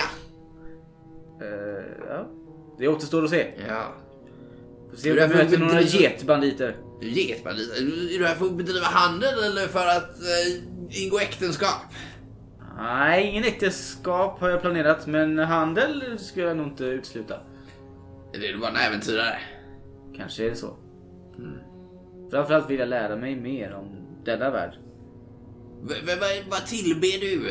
Ja. Det återstår att se. Ja. Får se om vi möter några getbanditer. Getbanditer? Är du här för att bedriva handel eller för att ingå äktenskap? Nej, ingen äktenskap har jag planerat, men handel ska jag nog inte utesluta. Eller är du bara en äventyrare? Kanske är det så. Framförallt vill jag lära mig mer om denna värld. Vad tillber du?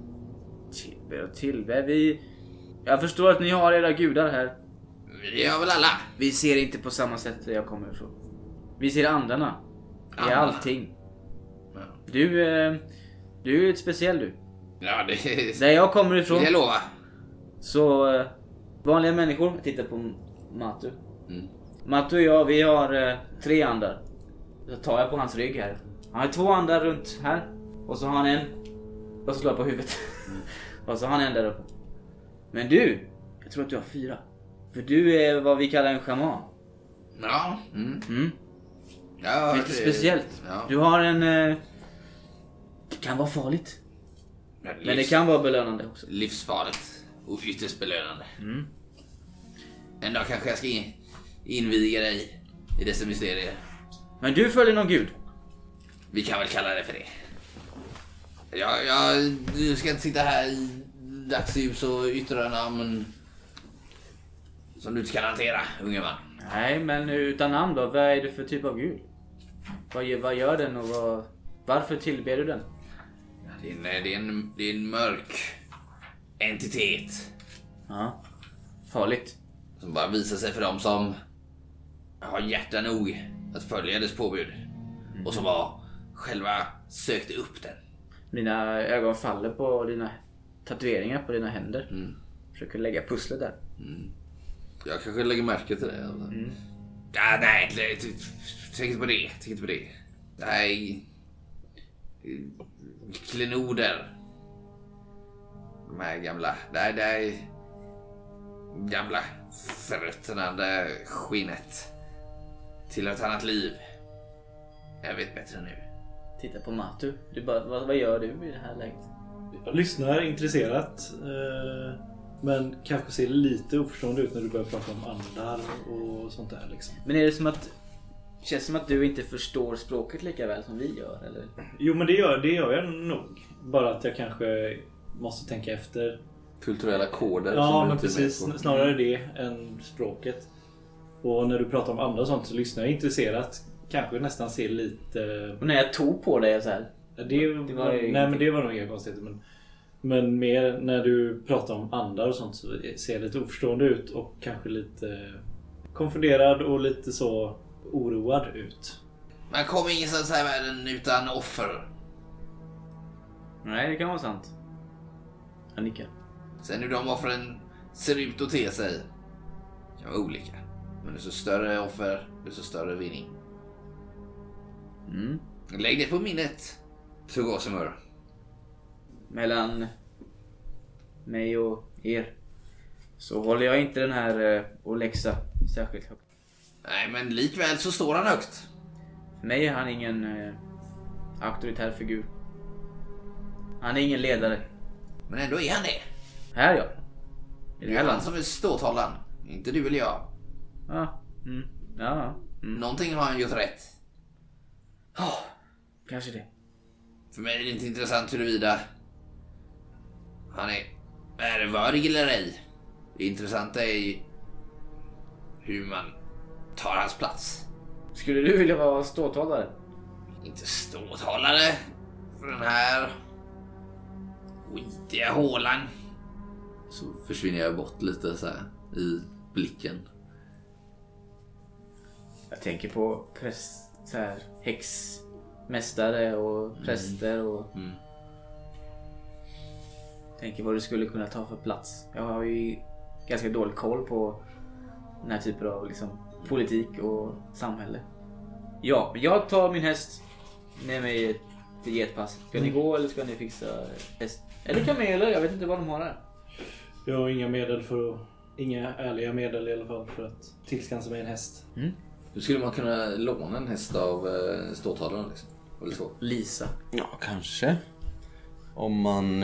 Tillber. Jag förstår att ni har era gudar här. Det har väl alla? Vi ser inte på samma sätt där jag kommer ifrån. Vi ser andarna. I allting. Ja. Du är ett speciell du. Ja, det Där jag kommer ifrån. vill jag lova. Så vanliga människor, jag tittar på Matu. Matu och jag, vi har 3 andar. Så tar jag på hans rygg här. Han har 2 andar runt här. Och så har han en. Och så slår jag på huvudet. Och så har han en där uppe. Men du, jag tror att du har 4. För du är vad vi kallar en shaman. Ja. Ja, Lite speciellt. Ja. Du har en... det kan vara farligt. Men det kan vara belönande också. Livsfarligt och ytterst belönande. En dag kanske jag ska inviga dig i dessa mysterier. Men du följer någon gud. Vi kan väl kalla det för det. Du ska inte sitta här i dagsljus och yttra namn som du inte kan hantera, unge man. Nej, men utan namn då. Vad är det för typ av gud? Vad gör den och varför tillber du den? Det är en mörk entitet. Ja, farligt. Som bara visar sig för dem som har hjärta nog att följa dess påbud. Och som har själva sökt upp den. Mina ögon faller på dina tatueringar på dina händer. Försöker lägga pusslet där. Jag kanske lägger märke till det. Ja, nej, tänk inte på det. Nej. Klenoder. De här gamla. Det är gamla förruttnande skinnet. Till ett annat liv. Jag vet bättre nu. Titta på Matu. Du bara, vad gör du i det här läget? Jag lyssnar intresserat. Men kanske ser lite oförstående ut när du börjar prata om andar och sånt där liksom. Men är det som att... Känns som att du inte förstår språket lika väl som vi gör, eller? Jo, men det gör jag nog. Bara att jag kanske måste tänka efter. Kulturella koder. Ja, som men du inte är med precis. på. Snarare det än språket. Och när du pratar om andra och sånt så lyssnar jag intresserat. Kanske nästan ser lite... Och när jag tog på dig så här. Det var nog inga konstigheter. Men mer när du pratar om andar och sånt så ser jag lite oförstående ut. Och kanske lite konfunderad och lite så oroad ut. Man kommer ingenstans här i världen utan offer. Nej, det kan vara sant. Jag nickar. Sen hur de offren ser ut och te sig kan vara olika. Men det är så större offer, det är så större vinning. Lägg det på minnet, Tugosumur. Mellan mig och er så håller jag inte den här Olexa särskilt högt. Nej, men likväl så står han högt. För mig är han ingen auktoritär figur. Han är ingen ledare. Men ändå är han det. Här ja. I Det är han som är ståthållaren, inte du eller jag. Ja. Ja. Någonting har han gjort rätt. Kanske det. För mig är det inte intressant huruvida han är ärevördig eller ej. Det intressanta är ju hur man tar hans plats. Skulle du vilja vara ståthållare? Inte ståthållare för den här skitiga hålan. Så försvinner jag bort lite så här i blicken. Jag tänker på så här, häxmästare och präster och tänker vad du skulle kunna ta för plats. Jag har ju ganska dålig koll på den här typen av liksom, politik och samhälle. Ja, jag tar min häst med mig till getpass. Ska ni gå eller ska ni fixa häst? Eller kameler, jag vet inte vad de har här. Jag har inga ärliga medel i alla fall för att tillskansa mig en häst. Hur skulle man kunna låna en häst av ståthållaren liksom? Eller så? Lisa. Ja, kanske. Om man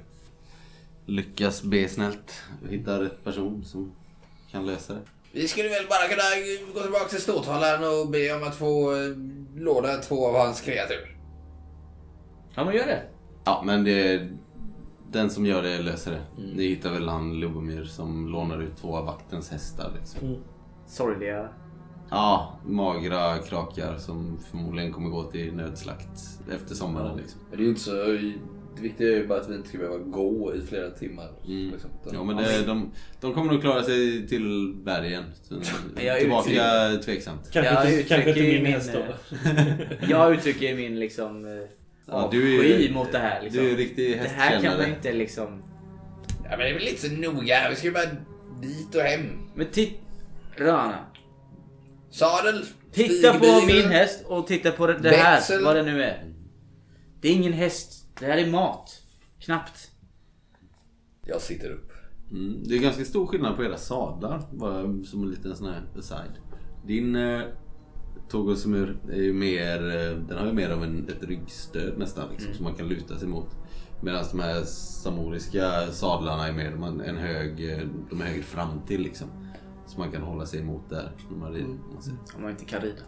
lyckas be snällt och hitta rätt person som kan lösa det. Vi skulle väl bara kunna gå tillbaka till ståthållaren och be om att få låna 2 av hans kreatur. Ja, men gör det. Ja, men den som gör det löser det. Ni hittar väl han Lubomir som lånar ut 2 av vaktens hästar liksom. Sorgliga. Ja, magra krakar som förmodligen kommer gå till nödslakt efter sommaren liksom. Men det är ju inte så... Det viktiga är ju bara att vi inte ska behöva gå i flera timmar. Liksom. Ja, men de kommer nog klara sig till bergen. Tillbaka tveksamt. Kanske inte min häst då. Jag uttrycker min liksom avsky mot det här liksom. Du är riktig hästkännare. Det här kan man inte liksom... Ja, men det är väl inte så noga. Vi ska ju bara dit och hem. Men Rana. Sadel. Titta på stigbygel, min häst och titta på det här. växel. Vad det nu är. Det är ingen häst. Det här är mat. Knappt. Jag sitter upp. Det är ganska stor skillnad på era sadlar. Bara som en liten sån här aside. Din Togosumur är ju mer... Den har ju mer av ett ryggstöd nästan liksom, som man kan luta sig mot. Medan de här samoriska sadlarna är mer de är högre fram till liksom. Så man kan hålla sig emot där när man rider. Om man inte kan rida.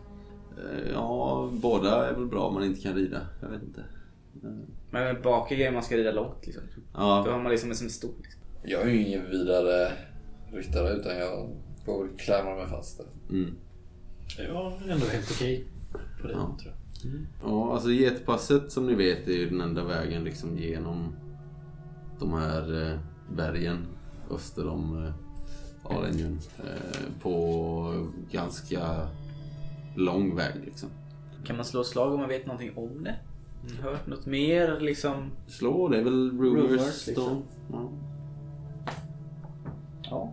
Ja, båda är väl bra om man inte kan rida. Jag vet inte. Men bak är man ska rida långt liksom. Ja. Då har man liksom en som stor liksom. Jag är ju ingen vidare ryttare utan jag får klämma mig fast där. Ja, ändå helt okej på det tror jag. Ja, alltså getpasset som ni vet är ju den enda vägen liksom genom de här bergen öster om Arenjön på ganska lång väg liksom. Kan man slå slag om man vet någonting om det? Hört något mer liksom? Slå, det är väl rumors liksom. Ja. Ja,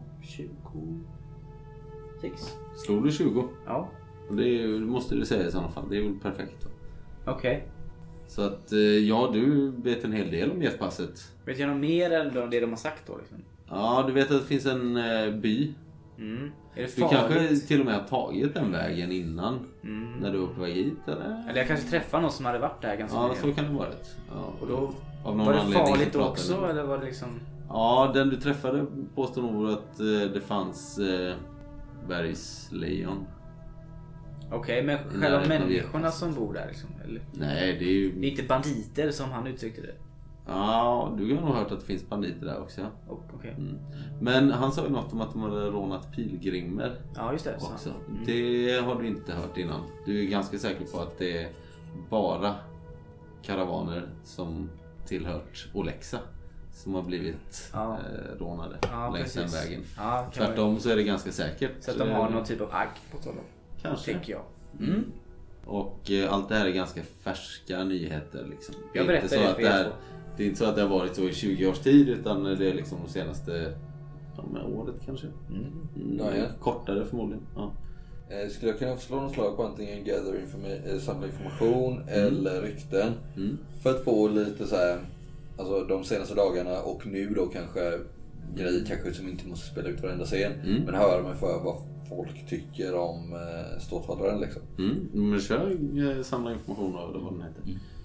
26. Slår du 20? Ja. Det måste du säga i sådana fall. Det är väl perfekt då. Okej. Så att ja, du vet en hel del om getpasset. Vet jag något mer än det de har sagt då liksom? Ja, du vet att det finns en by. Är det Du farligt? kanske till och med har tagit den vägen innan. När du var på väg hit eller? Eller jag kanske träffade någon som hade varit där ganska Ja, mycket. så kan det vara rätt. Ja. Och då Av någon var det anledning farligt så pratar också ni. eller var det liksom... Ja, den du träffade påstår nog att det fanns bergslejon. Okej, men själva närheten av människorna getpass. som bor där liksom? Eller? Nej, det är ju... Det är inte banditer som han uttryckte det. Ja, du har nog hört att det finns banditer där också. Okej. Men han sa ju något om att de hade rånat pilgrimer Ja, just det. också. Det har du inte hört innan. Du är ganska säker på att det är bara karavaner som tillhört Olexa som har blivit rånade längs den vägen. Ja, Tvärtom så är det ganska säkert. Så att de har någon typ av agg på honom. Kanske. Tänker jag. Och allt det här är ganska färska nyheter liksom. Jag det är inte berättar så att det är inte så att det har varit så i 20 års tid, utan det är liksom de senaste året kanske. Kortare förmodligen. Ja. Skulle jag kunna slå något slag på antingen samla information eller rykten för att få lite så här, alltså de senaste dagarna och nu då kanske grejer kanske som inte måste spela ut varenda scen, men höra mig för vad folk tycker om ståthållaren liksom. Men kör samla information av vad den heter.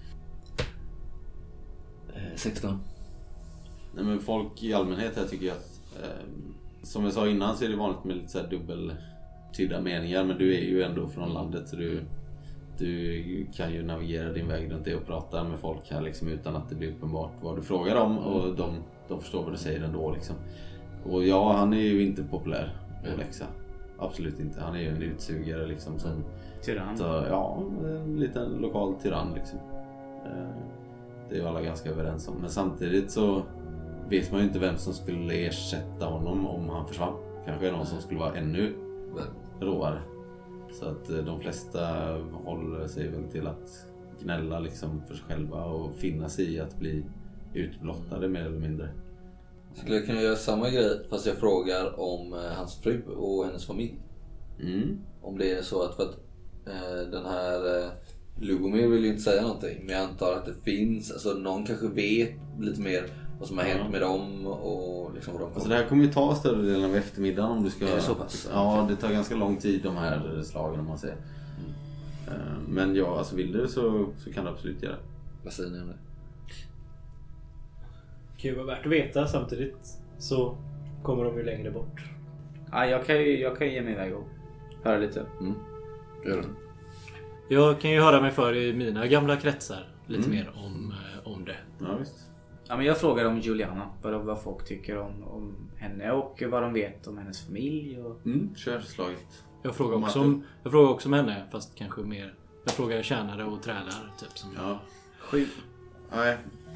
16. Nej, men folk i allmänhet här tycker jag att som jag sa innan så är det vanligt med lite så här dubbeltydda meningar, men du är ju ändå från landet så du kan ju navigera din väg runt det och prata med folk här liksom utan att det blir uppenbart vad du frågar om, och de förstår vad du säger ändå liksom. Och ja, han är ju inte populär på Lexa. Absolut inte. Han är ju en utsugare liksom som tyrann. en liten lokal tyrann liksom. Det är ju alla ganska överens om. Men samtidigt så vet man ju inte vem som skulle ersätta honom om han försvann. Kanske är någon som skulle vara ännu råare. Så att de flesta håller sig väl till att gnälla liksom för sig själva och finna sig i att bli utblottade mer eller mindre. Skulle jag kunna göra samma grej fast jag frågar om hans fru och hennes familj? Om det är så att, för att den här Lugomir vill ju inte säga någonting, men jag antar att det finns, alltså någon kanske vet lite mer vad som har hänt med dem och liksom vad de alltså det här kommer ju ta större delen av eftermiddagen om du ska... Är det så pass? Ja, det tar ganska lång tid de här slagen om man säger. Men ja, alltså vill du så kan du absolut göra det. Vad säger ni om det? Det kan ju vara värt att veta, samtidigt så kommer de ju längre bort. Ja, jag kan ju ge mig iväg och höra lite. Gör det. Jag kan ju höra mig för i mina gamla kretsar lite mer om det. Ja, visst. Ja, men jag frågar om Juliana, vad folk tycker om henne och vad de vet om hennes familj. Och... Kör slaget. Jag frågar också om henne, fast kanske mer. Jag frågar tjänare och trälar typ som jag. 7. Nej.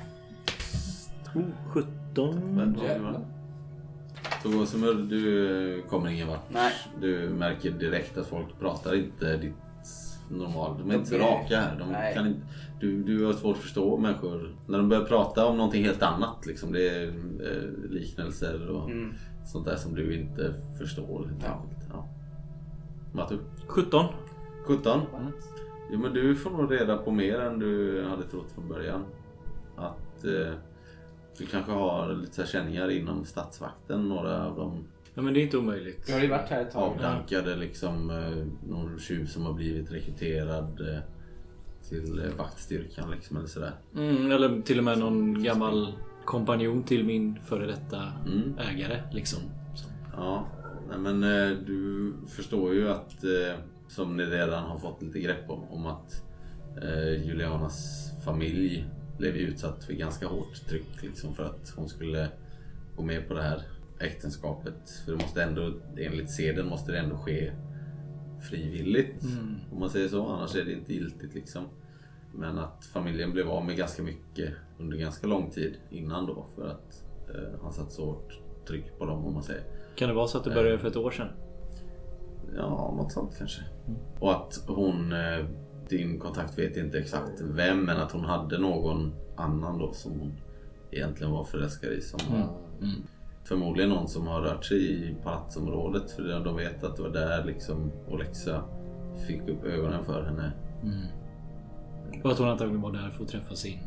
17. Togosumur, du kommer ingen vart. Nej. Du märker direkt att folk pratar inte ditt normalt. De är inte så raka här. De kan inte, du har svårt att förstå människor när de börjar prata om någonting helt annat. Liksom. Det är liknelser och sånt där som du inte förstår. Ja. Matu? 17. 17? Jo, men du får nog reda på mer än du hade trott från början. Att du kanske har lite så här känningar inom statsvakten. Några av dem. Ja, men det är inte omöjligt. Jag har ju varit här ett tag. Avdankade liksom någon tjuv som har blivit rekryterad till vaktstyrkan liksom, eller sådär. Eller till och med någon gammal kompanjon till min före detta ägare liksom. Ja, nej, men du förstår ju att som ni redan har fått lite grepp om att Julianas familj blev utsatt för ganska hårt tryck liksom, för att hon skulle gå med på det här äktenskapet. För det måste ändå, enligt seden måste det ändå ske frivilligt, om man säger så, annars är det inte giltigt liksom. Men att familjen blev av med ganska mycket under ganska lång tid innan då, för att han satt så hårt tryck på dem, om man säger. Kan det vara så att det började för ett år sedan? Ja, något sånt kanske. Och att hon, din kontakt vet inte exakt vem, men att hon hade någon annan då som hon egentligen var förälskad i, som förmodligen någon som har rört sig i palatsområdet, för de vet att det var där liksom Olexa fick upp ögonen för henne. Och att hon antagligen var där för att träffa sitt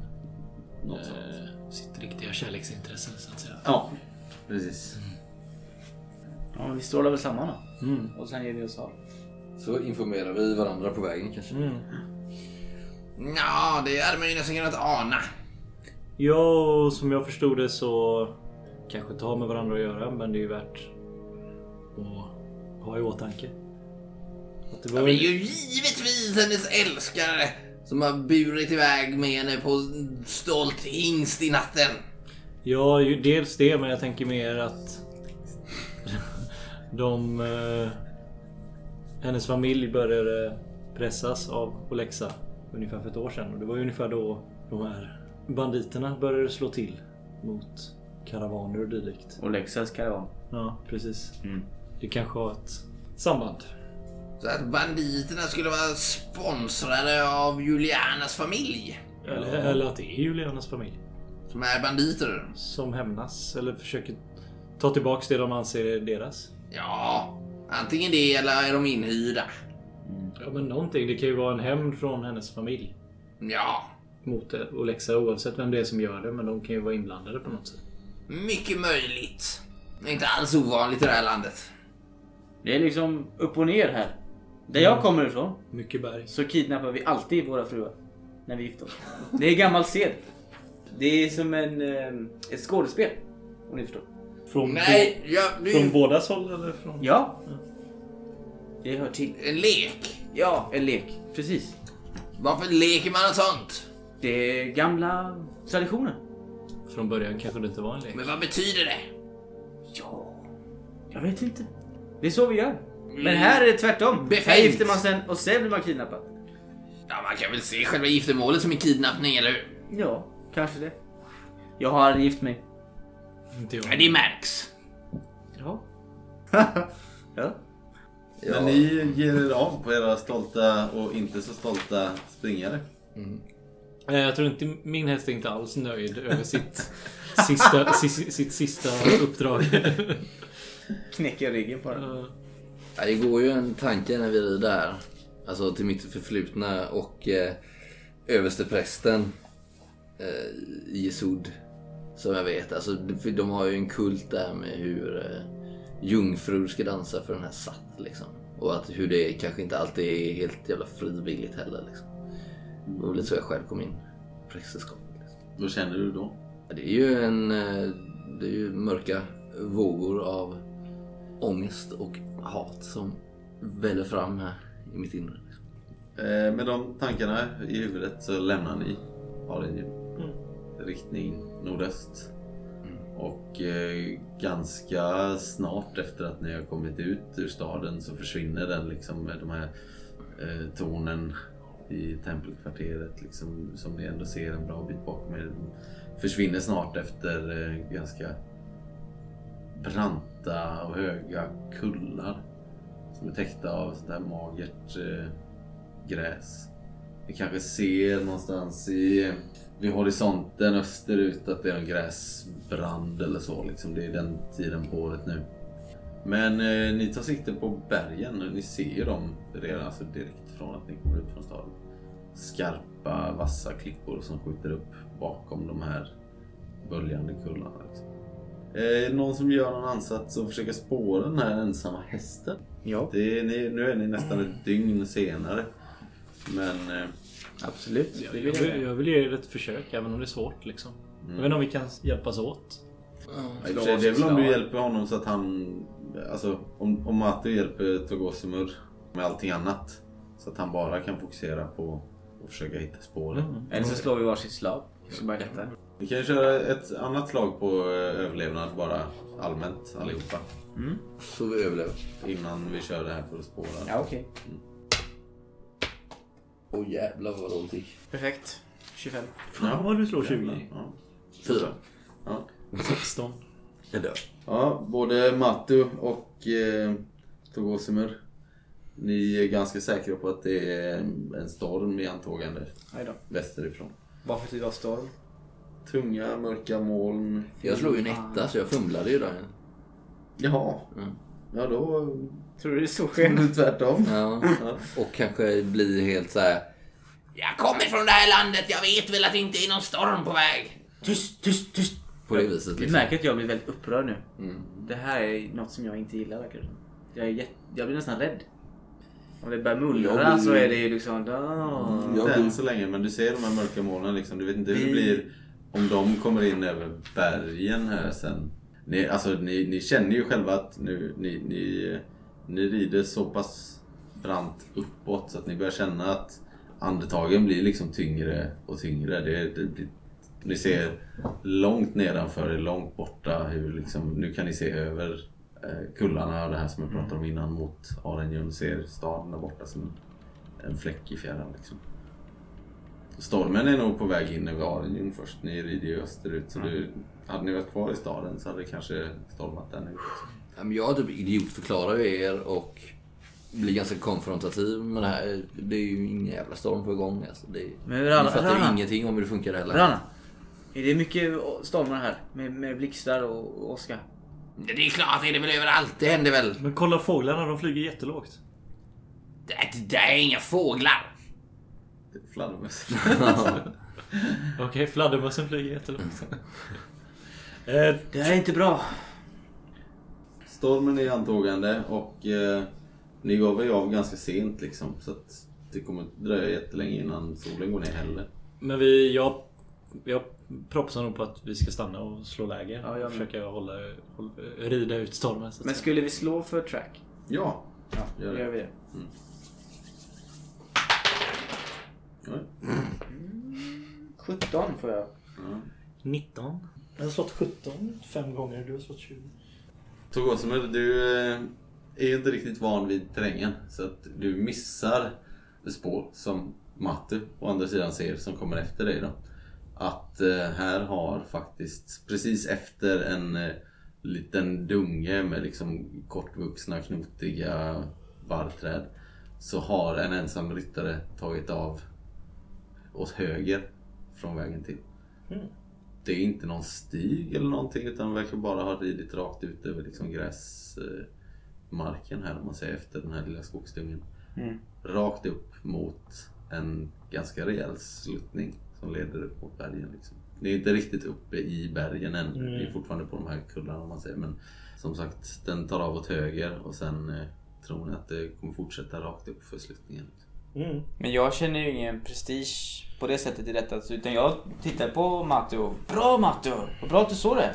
riktiga kärleksintresse, så att säga. Ja, precis. Ja, men vi strålar väl samman då. Och sen ger vi oss av. Så informerar vi varandra på vägen kanske. Ja, det hade man ju nästan kunnat ana. Ja, som jag förstod det så kanske ta med varandra att göra, men det är ju värt att ha i åtanke. Att det var Det är ju givetvis hennes älskare som har burit iväg med henne på stolt hingst i natten. Ja, ju dels det, men jag tänker mer att hennes familj började pressas av Olexa ungefär för ett år sedan. Och det var ungefär då de här banditerna började slå till mot karavaner och dylikt. Olexas karavan. Ja, precis. Det kanske har ett samband. Så att banditerna skulle vara sponsrade av Julianas familj. Eller att det är Julianas familj. Som är banditer. Som hämnas eller försöker ta tillbaks det de anser är deras. Ja, antingen det eller är de inhyrda. Ja, men någonting. Det kan ju vara en hämnd från hennes familj. Ja. Mot Olexa, oavsett vem det är som gör det. Men de kan ju vara inblandade på något sätt. Mycket möjligt. Det är inte alls ovanligt i det här landet. Det är liksom upp och ner här. Där jag kommer ifrån Mycket berg. så kidnappar vi alltid våra fruar när vi gifter oss. Det är gammal sed. Det är som ett skådespel, om ni förstår. Nej, Från bådas håll eller från... Ja. Det hör till. En lek. Ja, en lek. Precis. Varför leker man något sånt? Det är gamla traditioner. Från början kanske det inte var en lek. Men vad betyder det? Ja, jag vet inte. Det är så vi gör. Men här är det tvärtom. Befängt. Här gifter man sen och sen blir man kidnappad. Ja, man kan väl se själva giftermålet som en kidnappning, eller hur? Ja, kanske det. Jag har aldrig gift mig. Inte jag. Men det märks. Ja. Ja. Men ni ger er av på era stolta och inte så stolta springare. Jag tror inte min häst är inte alls nöjd över sitt sista uppdrag. Knäcker ryggen på den. Ja, det går ju en tanke när vi rider där. Alltså till mitt förflutna och översteprästen Jesud. Som jag vet. Alltså, de har ju en kult där med hur jungfrur ska dansa för den här satt liksom. Och att hur det kanske inte alltid är helt jävla frivilligt heller liksom. Det var lite så jag själv kom in i prästerskapet liksom. Vad känner du då? Det är ju mörka vågor av ångest och hat som väller fram här i mitt inre. Med de tankarna i huvudet så lämnar ni Arinjun. Riktning nordöst. Och ganska snart efter att ni har kommit ut ur staden så försvinner den liksom med de här tornen i tempelkvarteret liksom, som ni ändå ser en bra bit bakom er. Försvinner snart efter ganska branta och höga kullar som är täckta av sånt där magert gräs. Ni kanske ser någonstans vid horisonten österut att det är en gräsbrand eller så liksom. Det är den tiden på året nu. Men ni tar sikte på bergen och ni ser ju dem redan alltså direkt från att ni kommer ut från staden. Skarpa, vassa klippor som skjuter upp bakom de här böljande kullarna liksom. Någon som gör någon ansats och försöker spåra den här ensamma hästen? Ja. Nu är ni nästan ett dygn senare. Men Absolut. Jag vill ge er ett försök, även om det är svårt liksom. Jag vet inte om vi kan hjälpas åt. det är väl om du hjälper honom så att han, alltså om Matu hjälper Togosimur med allting annat, så att han bara kan fokusera på att försöka hitta spåren. Eller så slår vi varsitt slag. Så bara detta. Vi kan köra ett annat slag på överlevnad bara allmänt allihopa. Så vi överlever. Innan vi kör det här för att spåra. Ja, okej. Åh jävlar vad dåligt gick. Perfekt. 25. Fan vad du slår 20. Ja. 4. Ja. 16. Jag dör. Ja, både Matu och Togosimur. Ni är ganska säkra på att det är en storm i antågande västerifrån. Varför det var storm? Tunga, mörka moln. Jag slog ju en etta så jag fumlade ju där. Jaha. Ja, då Tror du det är så är det tvärtom. Ja. Och kanske blir helt så här. Jag kommer från det här landet, jag vet väl att det inte är någon storm på väg. Tyst. På det viset Du liksom. märker att jag blir väldigt upprörd nu. Det här är något som jag inte gillar verkar det. Jag blir nästan rädd. Om det börjar mullra så är det ju liksom... Inte än så länge, men du ser de här mörka molnen liksom. Du vet inte hur det blir om de kommer in över bergen här sen. Ni känner ju själva att nu ni rider så pass brant uppåt så att ni börjar känna att andetagen blir liksom tyngre och tyngre. Ni ser långt nedanför, långt borta hur liksom, nu kan ni se över kullarna och det här som jag pratade om innan mot Arinjun, ser staden där borta som en fläck i fjärran liksom. Stormen är nog på väg in över Arinjun först. Ni rider ju österut så hade ni varit kvar i staden så hade det kanske stormat där nu. Jag typ idiotförklarar ju er och blir ganska konfrontativ med det här. Det är ju ingen jävla storm på igång alltså. Men ni fattar ingenting om hur det funkar heller. Rana, är det mycket stormar här med blixtar och åska? Det är klart, det är det väl överallt, det händer väl. Men kolla fåglarna, de flyger jättelågt. Det är inga fåglar. Fladdermöss. Okej, fladdermössen flyger jättelågt. Det här är inte bra. Stormen är antågande och ni går väl av ganska sent liksom, så att det kommer att dröja jättelänge innan solen går ner heller. Men jag propsar nog på att vi ska stanna och slå läger. Ja, och försöka rida ut stormen. Så att Men säga. skulle vi slå för track? Ja, Gör vi det. 17 får jag. 19. Jag har slått 17 5 gånger, du har slått 20. Togosimur, du är ju inte riktigt van vid terrängen så att du missar det spår som Matu å andra sidan ser som kommer efter dig då. att här har faktiskt precis efter en liten dunge med liksom kortvuxna knotiga barrträd så har en ensam ryttare tagit av åt höger från vägen till. Det är inte någon stig eller någonting, utan verkar bara ha ridit rakt ut över liksom gräsmarken här, om man säger, efter den här lilla skogsdungen. Rakt upp mot en ganska rejäl sluttning som leder upp mot bergen liksom. Det är inte riktigt uppe i bergen än. Det är fortfarande på de här kullarna, om man säger, men som sagt, den tar av åt höger och sen tror ni att det kommer fortsätta rakt upp för sluttningen. Men jag känner ju ingen prestige på det sättet i detta, utan jag tittar på Matteo. Bra Matteo, vad bra att du såg det.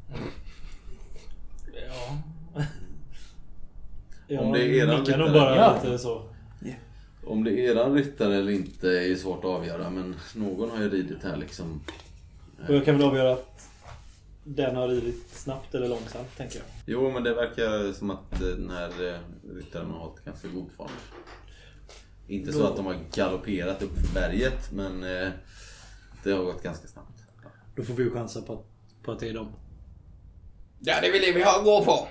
Ja, Om det är eran nickar nog ryttare. bara lite så. Om det är eran ryttare eller inte är ju svårt att avgöra, men någon har ju ridit här liksom. Och jag kan väl avgöra att den har ridit snabbt eller långsamt, tänker jag. Jo, men det verkar som att den här ryttaren har hållit ganska god fart. Inte så att de har galopperat upp för berget, men det har gått ganska snabbt. Då får vi ju chansa på att det är dem. Ja, det vill vi ha gå på.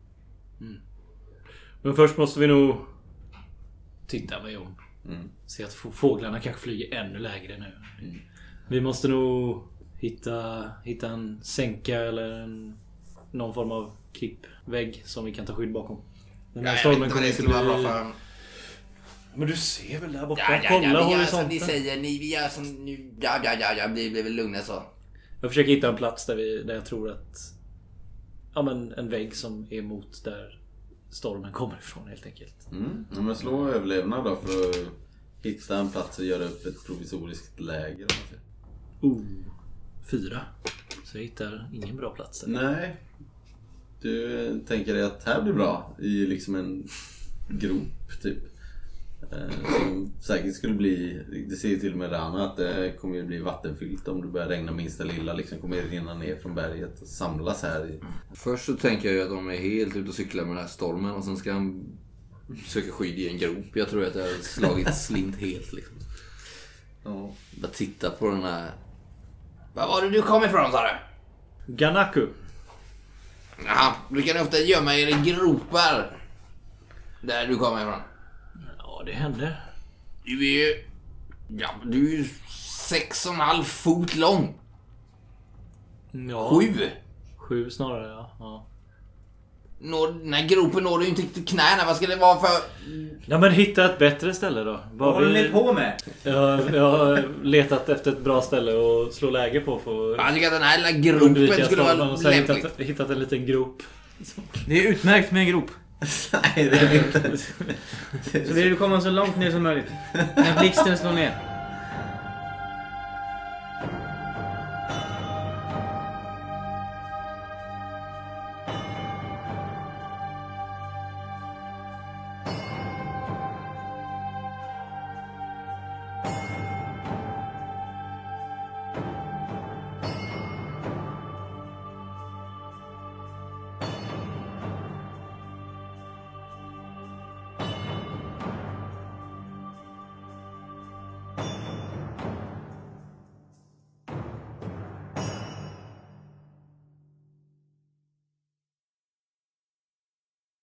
Men först måste vi nog titta mig om. Se att fåglarna kanske flyger ännu lägre nu. Vi måste nog hitta en sänka eller någon form av klippvägg som vi kan ta skydd bakom. Den här stormen kommer inte bli... Men du ser väl där borta? Kolla horisonten. Ni säger, vi gör som nu. Ja, blir väl lugna så. Jag försöker hitta en plats där jag tror att en vägg som är mot där stormen kommer ifrån, helt enkelt. Ja, men slå överlevnad då för att hitta en plats och göra upp ett provisoriskt läger. 4. Så jag hittar ingen bra plats där. Nej. Du tänker dig att här blir bra i liksom en grop typ. Som säkert skulle bli, det ser ju till och med Rana att det kommer ju bli vattenfyllt om det börjar regna minsta lilla, liksom kommer det rinna ner från berget och samlas här i. Först så tänker jag ju att de är helt ute och cyklar med den här stormen och sen ska han söka skydd i en grop. Jag tror att det har slagit slint helt liksom. Ja. Bara titta på den här. Var var du kom ifrån, sa du? Ganaku. Jaha, brukar ni ofta gömma er i gropar där du kommer ifrån? Ja, det händer. Du är ju 6,5 fot lång. Ja. 7 snarare, ja. Den här gropen når du ju inte till knäna. Vad ska det vara för... Ja, men hitta ett bättre ställe då. Vad håller ni på med? Jag har letat efter ett bra ställe att slå läge på för Jag tycker att den här lilla gropen skulle vara och sen lämplig. hittat en liten grop. Det är utmärkt med en grop. Nej, det är inte. Så vill du komma så långt ner som möjligt. När blixten slår ner.